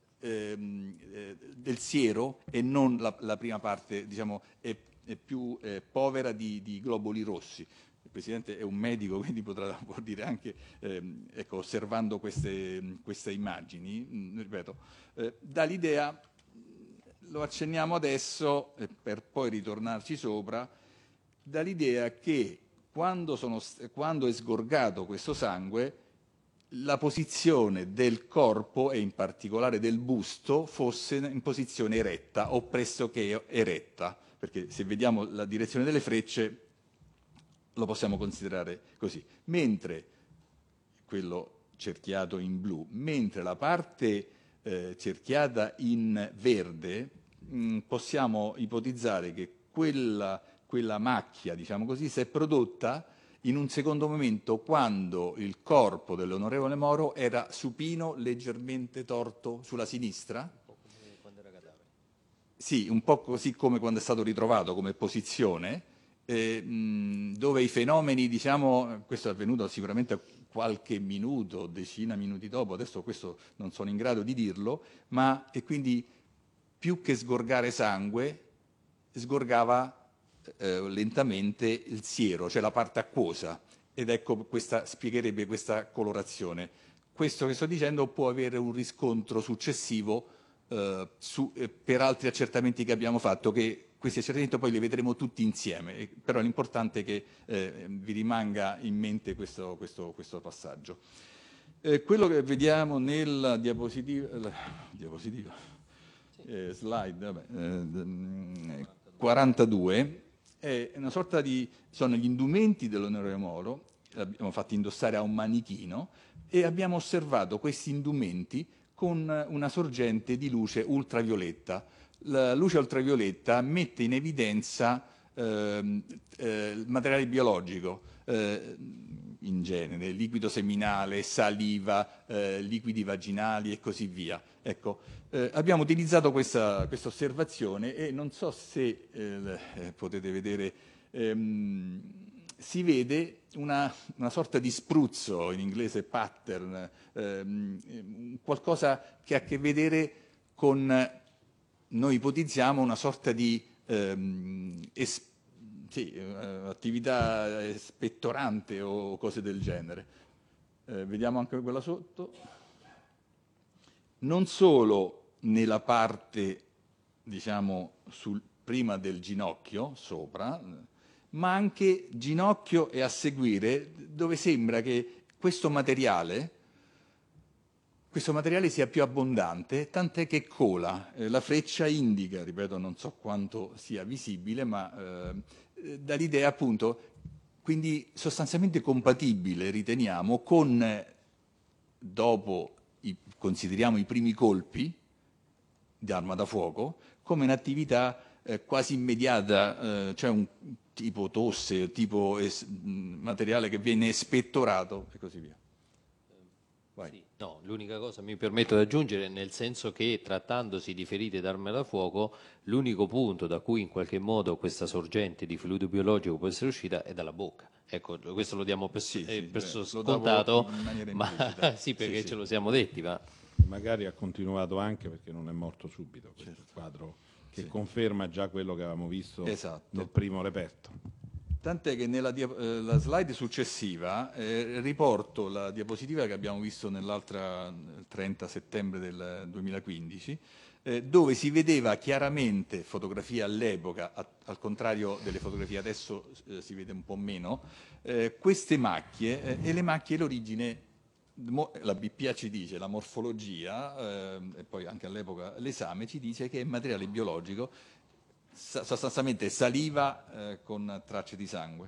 del siero e non la prima parte, diciamo, è più povera di globuli rossi. Il Presidente è un medico, quindi può dire anche, ecco, osservando queste immagini, ripeto, dà l'idea, lo accenniamo adesso per poi ritornarci sopra, dà l'idea che quando è sgorgato questo sangue, la posizione del corpo e in particolare del busto fosse in posizione eretta o pressoché eretta, perché se vediamo la direzione delle frecce lo possiamo considerare così, mentre quello cerchiato in blu, mentre la parte cerchiata in verde possiamo ipotizzare che quella macchia, diciamo così, si è prodotta in un secondo momento quando il corpo dell'onorevole Moro era supino, leggermente torto sulla sinistra. Un po' come quando era cadavere. Sì, un po' così come quando è stato ritrovato come posizione, dove i fenomeni, diciamo, questo è avvenuto sicuramente qualche minuto, decina minuti dopo, adesso questo non sono in grado di dirlo, ma e quindi più che sgorgare sangue, sgorgava lentamente il siero, cioè la parte acquosa, ed ecco spiegherebbe questa colorazione. Questo che sto dicendo può avere un riscontro successivo per altri accertamenti che abbiamo fatto, che questi accertamenti poi li vedremo tutti insieme, però l'importante è che vi rimanga in mente questo passaggio. Quello che vediamo nella slide 42 è una sorta sono gli indumenti dell'onorevole Moro, li abbiamo fatti indossare a un manichino e abbiamo osservato questi indumenti con una sorgente di luce ultravioletta. La luce ultravioletta mette in evidenza il materiale biologico, in genere, liquido seminale, saliva, liquidi vaginali e così via. Ecco, abbiamo utilizzato questa osservazione e non so se potete vedere, si vede una sorta di spruzzo, in inglese pattern, qualcosa che ha a che vedere con, noi ipotizziamo, una sorta di attività spettorante o cose del genere. Vediamo anche quella sotto. Non solo nella parte, diciamo, prima del ginocchio, sopra, ma anche ginocchio e a seguire, dove sembra che questo materiale sia più abbondante, tant'è che cola. La freccia indica, ripeto, non so quanto sia visibile, ma dà l'idea appunto, quindi sostanzialmente compatibile, riteniamo, con, dopo consideriamo i primi colpi di arma da fuoco, come un'attività quasi immediata, cioè un tipo tosse, tipo materiale che viene spettorato e così via. Sì, no, l'unica cosa mi permetto di aggiungere, nel senso che trattandosi di ferite d'arma da fuoco, l'unico punto da cui in qualche modo questa sorgente di fluido biologico può essere uscita è dalla bocca. Ecco, questo lo diamo per scontato, ma sì, perché ce lo siamo detti. Ma magari ha continuato anche perché non è morto subito, questo quadro che conferma già quello che avevamo visto nel primo reperto. Tant'è che nella la slide successiva riporto la diapositiva che abbiamo visto nell'altra 30 settembre del 2015, dove si vedeva chiaramente, fotografia all'epoca, al contrario delle fotografie adesso si vede un po' meno, queste macchie e le macchie l'origine la BPA ci dice, la morfologia, e poi anche all'epoca l'esame ci dice che è materiale biologico, sostanzialmente saliva con tracce di sangue.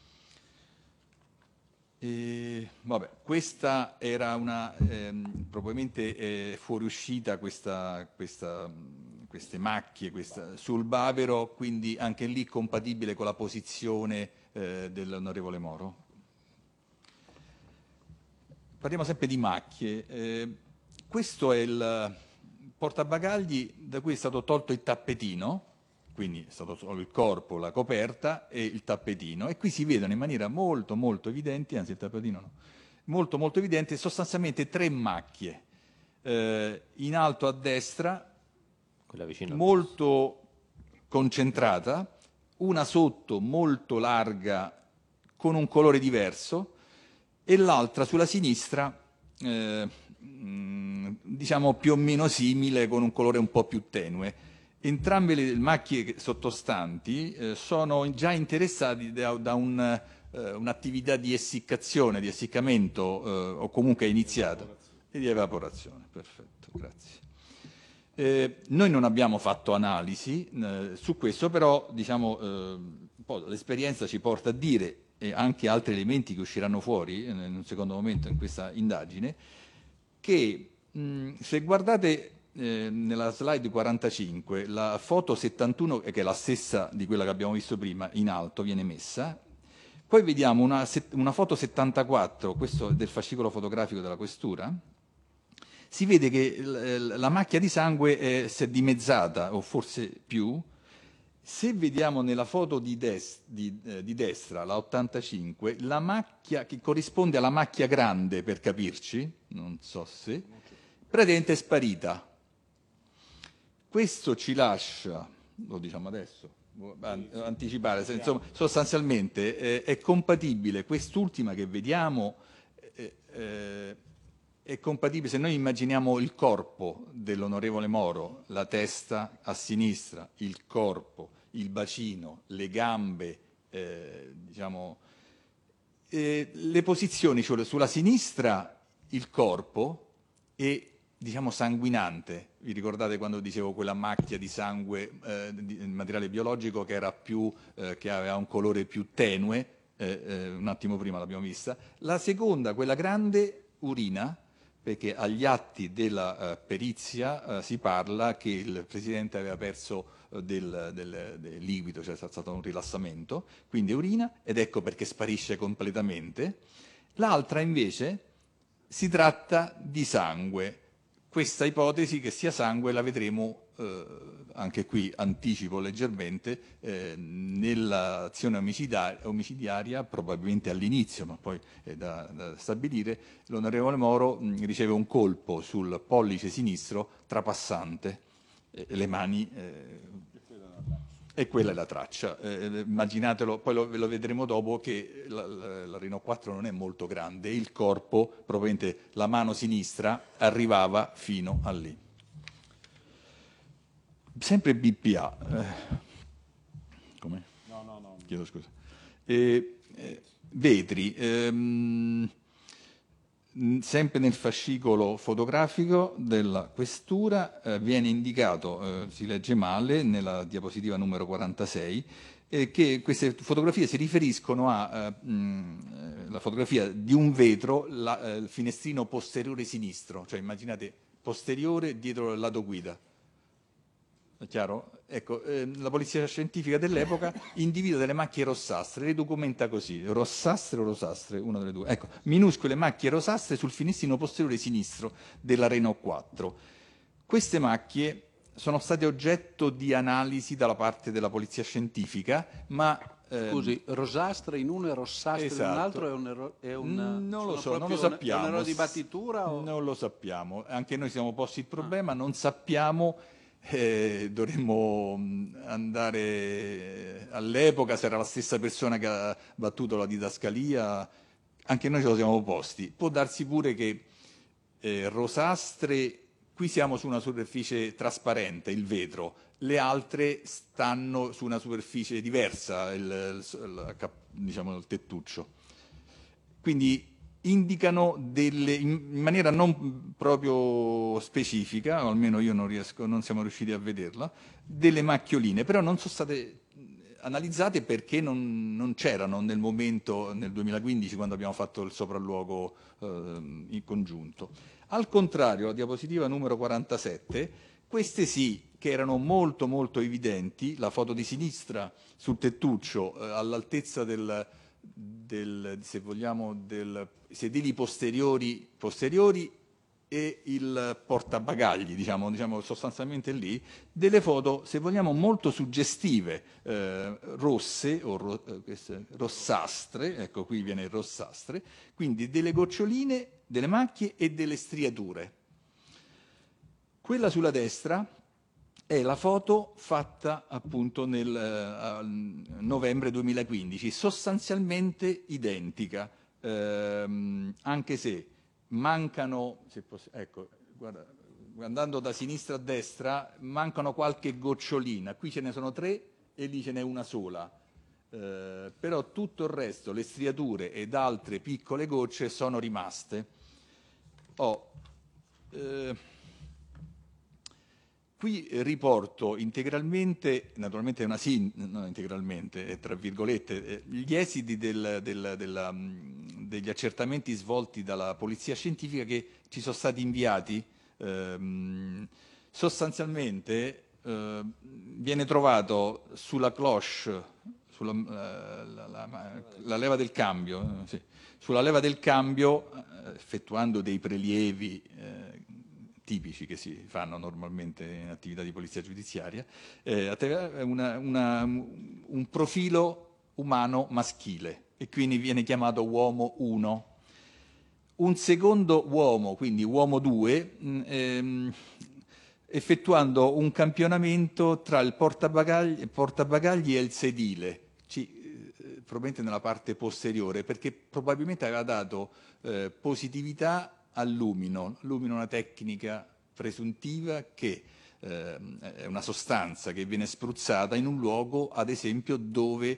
Vabbè, questa era una probabilmente fuoriuscita queste macchie sul bavero, quindi anche lì compatibile con la posizione dell'onorevole Moro. Parliamo sempre di macchie. Questo è il portabagagli da cui è stato tolto il tappetino, quindi è stato solo il corpo, la coperta e il tappetino, e qui si vedono in maniera molto molto evidente, anzi il tappetino no, molto molto evidente, sostanzialmente 3 macchie. In alto a destra, quella vicino molto concentrata, una sotto molto larga con un colore diverso, e l'altra sulla sinistra diciamo più o meno simile con un colore un po' più tenue. Entrambe le macchie sottostanti sono già interessati da un'attività di essiccazione, di essiccamento o comunque è iniziata, e di evaporazione. Perfetto, grazie. Noi non abbiamo fatto analisi su questo, però diciamo, l'esperienza ci porta a dire, e anche altri elementi che usciranno fuori in un secondo momento in questa indagine, che se guardate nella slide 45 la foto 71, che è la stessa di quella che abbiamo visto prima, in alto viene messa, poi vediamo una foto 74, questo è del fascicolo fotografico della questura, si vede che la macchia di sangue si è dimezzata, o forse più. Se vediamo nella foto di destra, la 85, la macchia che corrisponde alla macchia grande, per capirci, non so se, praticamente è sparita. Questo ci lascia, lo diciamo adesso, anticipare, insomma, sostanzialmente è compatibile, quest'ultima che vediamo è compatibile, se noi immaginiamo il corpo dell'onorevole Moro, la testa a sinistra, il corpo, il bacino, le gambe, diciamo, le posizioni, cioè sulla sinistra il corpo è, diciamo, sanguinante. Vi ricordate quando dicevo quella macchia di sangue di materiale biologico che era più, che aveva un colore più tenue, un attimo prima l'abbiamo vista. La seconda, quella grande, urina, perché agli atti della perizia si parla che il Presidente aveva perso del liquido, cioè c'è stato un rilassamento, quindi urina, ed ecco perché sparisce completamente. L'altra invece si tratta di sangue. Questa ipotesi che sia sangue la vedremo, anche qui anticipo leggermente, nell'azione omicidiaria, probabilmente all'inizio, ma poi è da stabilire. L'onorevole Moro riceve un colpo sul pollice sinistro trapassante, le mani, e quella è la traccia. Immaginatelo, poi lo vedremo dopo, che la Renault 4 non è molto grande, e il corpo, probabilmente la mano sinistra, arrivava fino a lì. Sempre BPA. Come? No. Chiedo scusa. Vetri. Sempre nel fascicolo fotografico della questura viene indicato, si legge male, nella diapositiva numero 46, che queste fotografie si riferiscono alla fotografia di un vetro, il finestrino posteriore sinistro, cioè immaginate posteriore dietro il lato guida. È chiaro? Ecco, la polizia scientifica dell'epoca individua delle macchie rossastre, le documenta così, rossastre o rosastre, una delle due. Ecco, minuscole macchie rossastre sul finestrino posteriore sinistro della Renault 4. Queste macchie sono state oggetto di analisi dalla parte della polizia scientifica, ma... Scusi, rosastre in uno e rossastre esatto. in un altro è un non lo so, non lo sappiamo. È un errore di battitura? O... Non lo sappiamo, anche noi siamo posti il problema, non sappiamo... dovremmo andare all'epoca, se era la stessa persona che ha battuto la didascalia, anche noi ce lo siamo posti. Può darsi pure che rosastre, qui siamo su una superficie trasparente, il vetro, le altre stanno su una superficie diversa, diciamo il tettuccio. Quindi indicano in maniera non proprio specifica, o almeno io non siamo riusciti a vederla, delle macchioline, però non sono state analizzate perché non c'erano nel momento, nel 2015, quando abbiamo fatto il sopralluogo in congiunto. Al contrario, la diapositiva numero 47, queste sì, che erano molto molto evidenti, la foto di sinistra sul tettuccio all'altezza se vogliamo, del sedili posteriori e il portabagagli, diciamo sostanzialmente lì, delle foto, se vogliamo, molto suggestive, rosse o rossastre, ecco qui viene il rossastre, quindi delle goccioline, delle macchie e delle striature. Quella sulla destra è la foto fatta appunto nel novembre 2015, sostanzialmente identica, anche se mancano, ecco, guarda, andando da sinistra a destra, mancano qualche gocciolina, qui ce ne sono 3 e lì ce n'è una sola, però tutto il resto, le striature ed altre piccole gocce sono rimaste. Qui riporto integralmente, naturalmente è una non integralmente, tra virgolette, gli esiti degli accertamenti svolti dalla polizia scientifica che ci sono stati inviati. Sostanzialmente viene trovato sulla cloche, la leva del cambio, sulla leva del cambio, effettuando dei prelievi tipici che si fanno normalmente in attività di polizia giudiziaria, un profilo umano maschile e quindi viene chiamato uomo 1. Un secondo uomo, quindi uomo 2, effettuando un campionamento tra il portabagagli e il sedile, probabilmente nella parte posteriore, perché probabilmente aveva dato positività al lumino. Lumino è una tecnica presuntiva che è una sostanza che viene spruzzata in un luogo, ad esempio, dove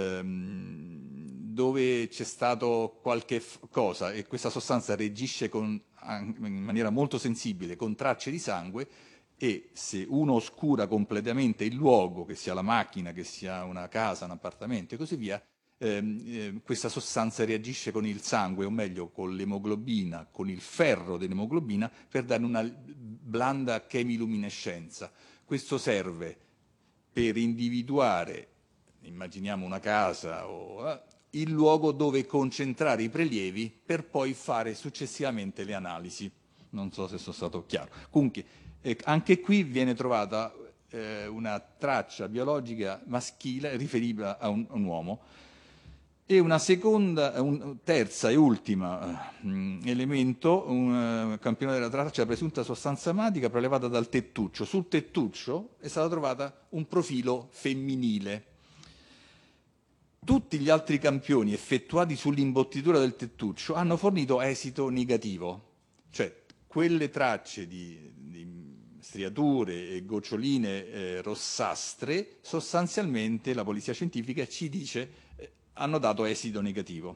c'è stato qualche cosa e questa sostanza reagisce in maniera molto sensibile con tracce di sangue, e se uno oscura completamente il luogo, che sia la macchina, che sia una casa, un appartamento e così via, questa sostanza reagisce con il sangue, o meglio con l'emoglobina, con il ferro dell'emoglobina, per dare una blanda chemiluminescenza. Questo serve per individuare, immaginiamo una casa, il luogo dove concentrare i prelievi per poi fare successivamente le analisi. Non so se sono stato chiaro. Comunque, anche qui viene trovata una traccia biologica maschile riferibile a un uomo. E una terza e ultima elemento, un campione della traccia presunta sostanza matica prelevata dal tettuccio. Sul tettuccio è stata trovata un profilo femminile. Tutti gli altri campioni effettuati sull'imbottitura del tettuccio hanno fornito esito negativo, cioè quelle tracce di striature e goccioline rossastre, sostanzialmente la polizia scientifica ci dice hanno dato esito negativo.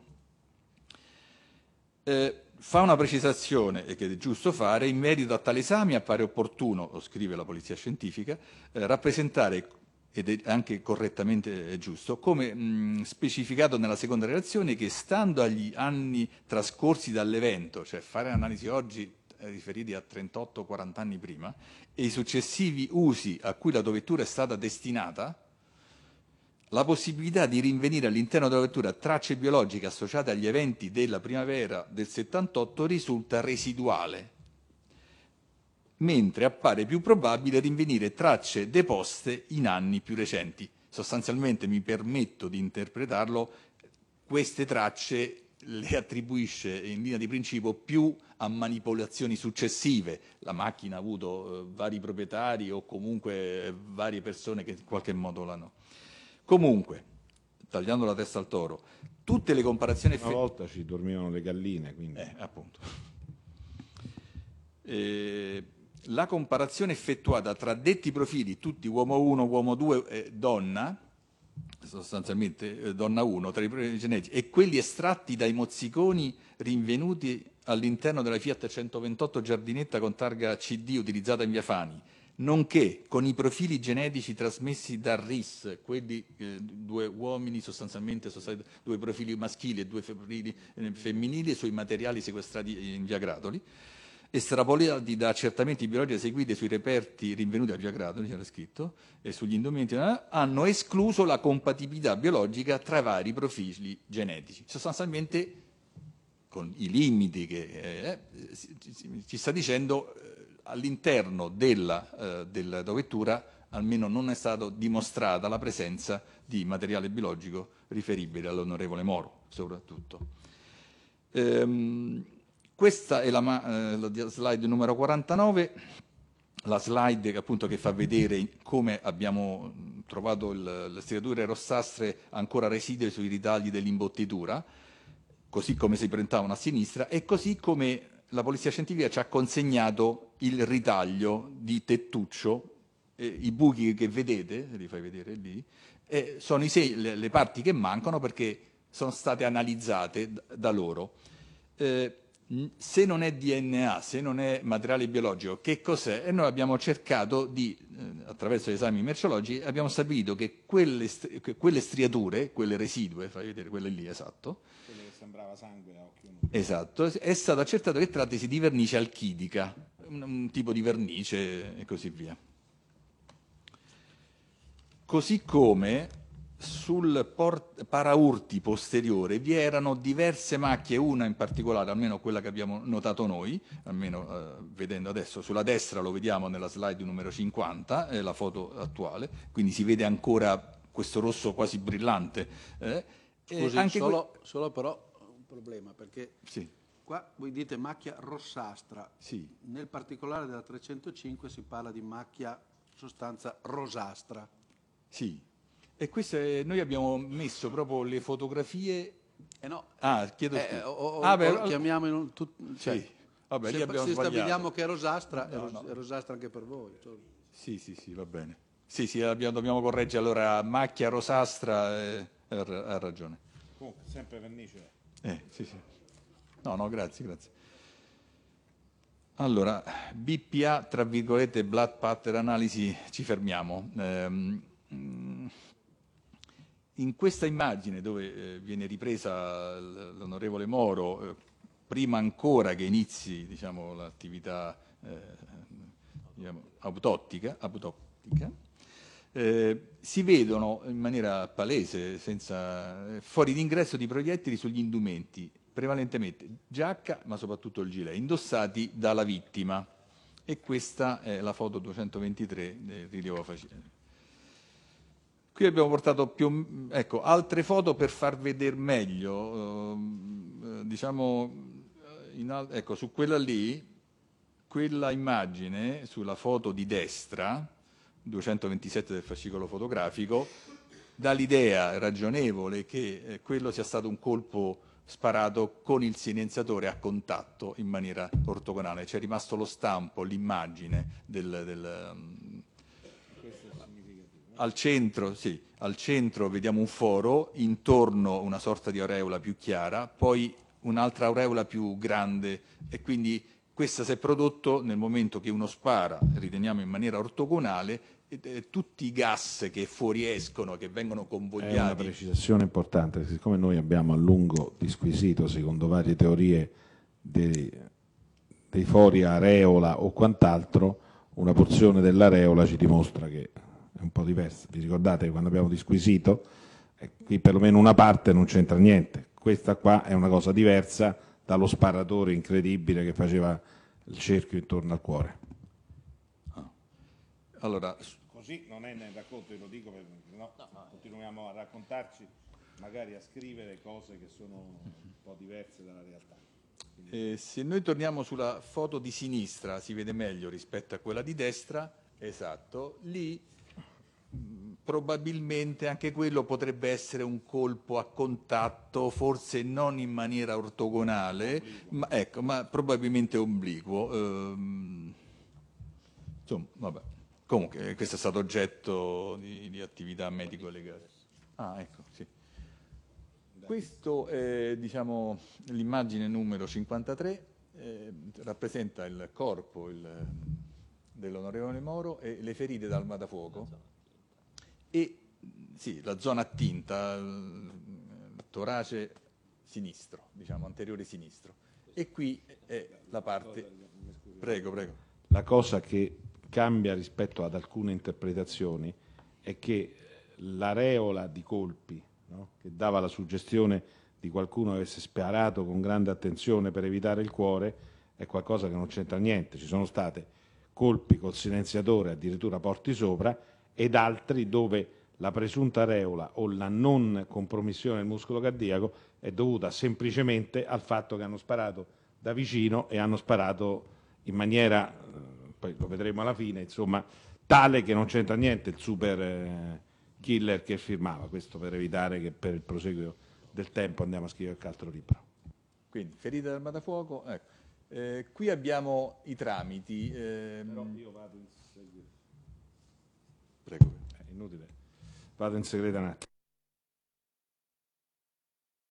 Fa una precisazione, che è giusto fare: in merito a tale esame appare opportuno, lo scrive la polizia scientifica, rappresentare, ed è anche correttamente giusto, come specificato nella seconda relazione, che stando agli anni trascorsi dall'evento, cioè fare analisi oggi riferiti a 38-40 anni prima, e i successivi usi a cui la vettura è stata destinata, la possibilità di rinvenire all'interno della vettura tracce biologiche associate agli eventi della primavera del 78 risulta residuale, mentre appare più probabile rinvenire tracce deposte in anni più recenti. Sostanzialmente, mi permetto di interpretarlo, queste tracce le attribuisce in linea di principio più a manipolazioni successive. La macchina ha avuto vari proprietari o comunque varie persone che in qualche modo l'hanno. Comunque, tagliando la testa al toro, tutte le comparazioni... Una volta ci dormivano le galline, quindi... appunto. La comparazione effettuata tra detti profili, tutti uomo 1, uomo 2 e donna, sostanzialmente donna 1, tra i profili genetici, e quelli estratti dai mozziconi rinvenuti all'interno della Fiat 128 giardinetta con targa CD utilizzata in via Fani, nonché con i profili genetici trasmessi dal RIS, quelli due uomini sostanzialmente sono stati due profili maschili e due profili femminili sui materiali sequestrati in via Gratoli, estrapolati da accertamenti biologici eseguiti sui reperti rinvenuti a via Gratoli, c'era scritto, e sugli indumenti, hanno escluso la compatibilità biologica tra i vari profili genetici. Sostanzialmente, con i limiti che ci sta dicendo, all'interno della vettura almeno non è stata dimostrata la presenza di materiale biologico riferibile all'onorevole Moro, soprattutto. Questa è la slide numero 49, la slide appunto che fa vedere come abbiamo trovato le striature rossastre ancora residue sui ritagli dell'imbottitura, così come si presentavano a sinistra, e così come la Polizia Scientifica ci ha consegnato il ritaglio di tettuccio, i buchi che vedete, li fai vedere lì, sono le parti che mancano perché sono state analizzate da loro. Se non è DNA, se non è materiale biologico, che cos'è? E noi abbiamo cercato di, attraverso gli esami merceologici, abbiamo stabilito che quelle striature, quelle residue, fai vedere quelle lì, esatto, quello che sembrava sangue a occhio nudo. Esatto, è stato accertato che trattasi di vernice alchidica, un tipo di vernice e così via. Così come sul paraurti posteriore vi erano diverse macchie, una in particolare, almeno quella che abbiamo notato noi, almeno vedendo adesso, sulla destra lo vediamo nella slide numero 50, è la foto attuale, quindi si vede ancora questo rosso quasi brillante. Scusi, anche solo però un problema, perché sì. Qua voi dite macchia rossastra, sì. Nel particolare della 305 si parla di macchia sostanza rosastra. Sì. E queste, noi abbiamo messo proprio le fotografie. No. Chiedo scusa. Chiamiamo in cioè, sì. Vabbè, lì se abbiamo stabiliamo che è rosastra, no. è rosastra anche per voi. Sì, va bene. Sì, dobbiamo correggere allora macchia rosastra, ha ragione. Comunque, sempre vernice. Sì. No, grazie. Allora, BPA, tra virgolette, blood pattern analisi, ci fermiamo. In questa immagine dove viene ripresa l'onorevole Moro, prima ancora che inizi, diciamo, l'attività autoptica, si vedono in maniera palese, fuori d'ingresso di proiettili sugli indumenti, prevalentemente giacca, ma soprattutto il gilet, indossati dalla vittima. E questa è la foto 223 del rilievo facile. Qui abbiamo portato altre foto per far vedere meglio, su quella lì, quella immagine, sulla foto di destra, 227 del fascicolo fotografico, dà l'idea ragionevole che quello sia stato un colpo sparato con il silenziatore a contatto in maniera ortogonale. C'è rimasto lo stampo, l'immagine al centro vediamo un foro, intorno una sorta di aureola più chiara, poi un'altra aureola più grande, e quindi questa si è prodotto nel momento che uno spara, riteniamo in maniera ortogonale, tutti i gas che fuoriescono, che vengono convogliati. È una precisazione importante, siccome noi abbiamo a lungo disquisito, secondo varie teorie, dei fori a areola o quant'altro, una porzione dell'areola ci dimostra che è un po' diversa. Vi ricordate quando abbiamo disquisito? Qui perlomeno una parte non c'entra niente. Questa qua è una cosa diversa dallo sparatore incredibile che faceva il cerchio intorno al cuore. Allora, così non è nel racconto, io lo dico perché no, continuiamo a raccontarci, magari a scrivere cose che sono un po' diverse dalla realtà. Se noi torniamo sulla foto di sinistra si vede meglio rispetto a quella di destra, esatto, lì probabilmente anche quello potrebbe essere un colpo a contatto, forse non in maniera ortogonale, ma probabilmente obliquo. Insomma, vabbè. Comunque questo è stato oggetto di attività medico-legale. Ah, ecco, sì. Questo è diciamo, l'immagine numero 53, rappresenta il corpo dell'onorevole Moro e le ferite da arma da fuoco e sì, la zona attinta, il torace sinistro, diciamo anteriore sinistro. E qui è la parte... Prego, prego. La cosa che cambia rispetto ad alcune interpretazioni è che l'areola di colpi, no? Che dava la suggestione di qualcuno che avesse sparato con grande attenzione per evitare il cuore, è qualcosa che non c'entra niente. Ci sono state colpi col silenziatore, addirittura porti sopra, ed altri dove la presunta areola o la non compromissione del muscolo cardiaco è dovuta semplicemente al fatto che hanno sparato da vicino e hanno sparato in maniera, poi lo vedremo alla fine, insomma, tale che non c'entra niente il super killer che firmava. Questo per evitare che per il proseguio del tempo andiamo a scrivere qualche altro libro. Quindi, ferite d'arma da fuoco, ecco. Qui abbiamo i tramiti. Però io vado in segreto. Prego. È inutile. Vado in segreto un attimo.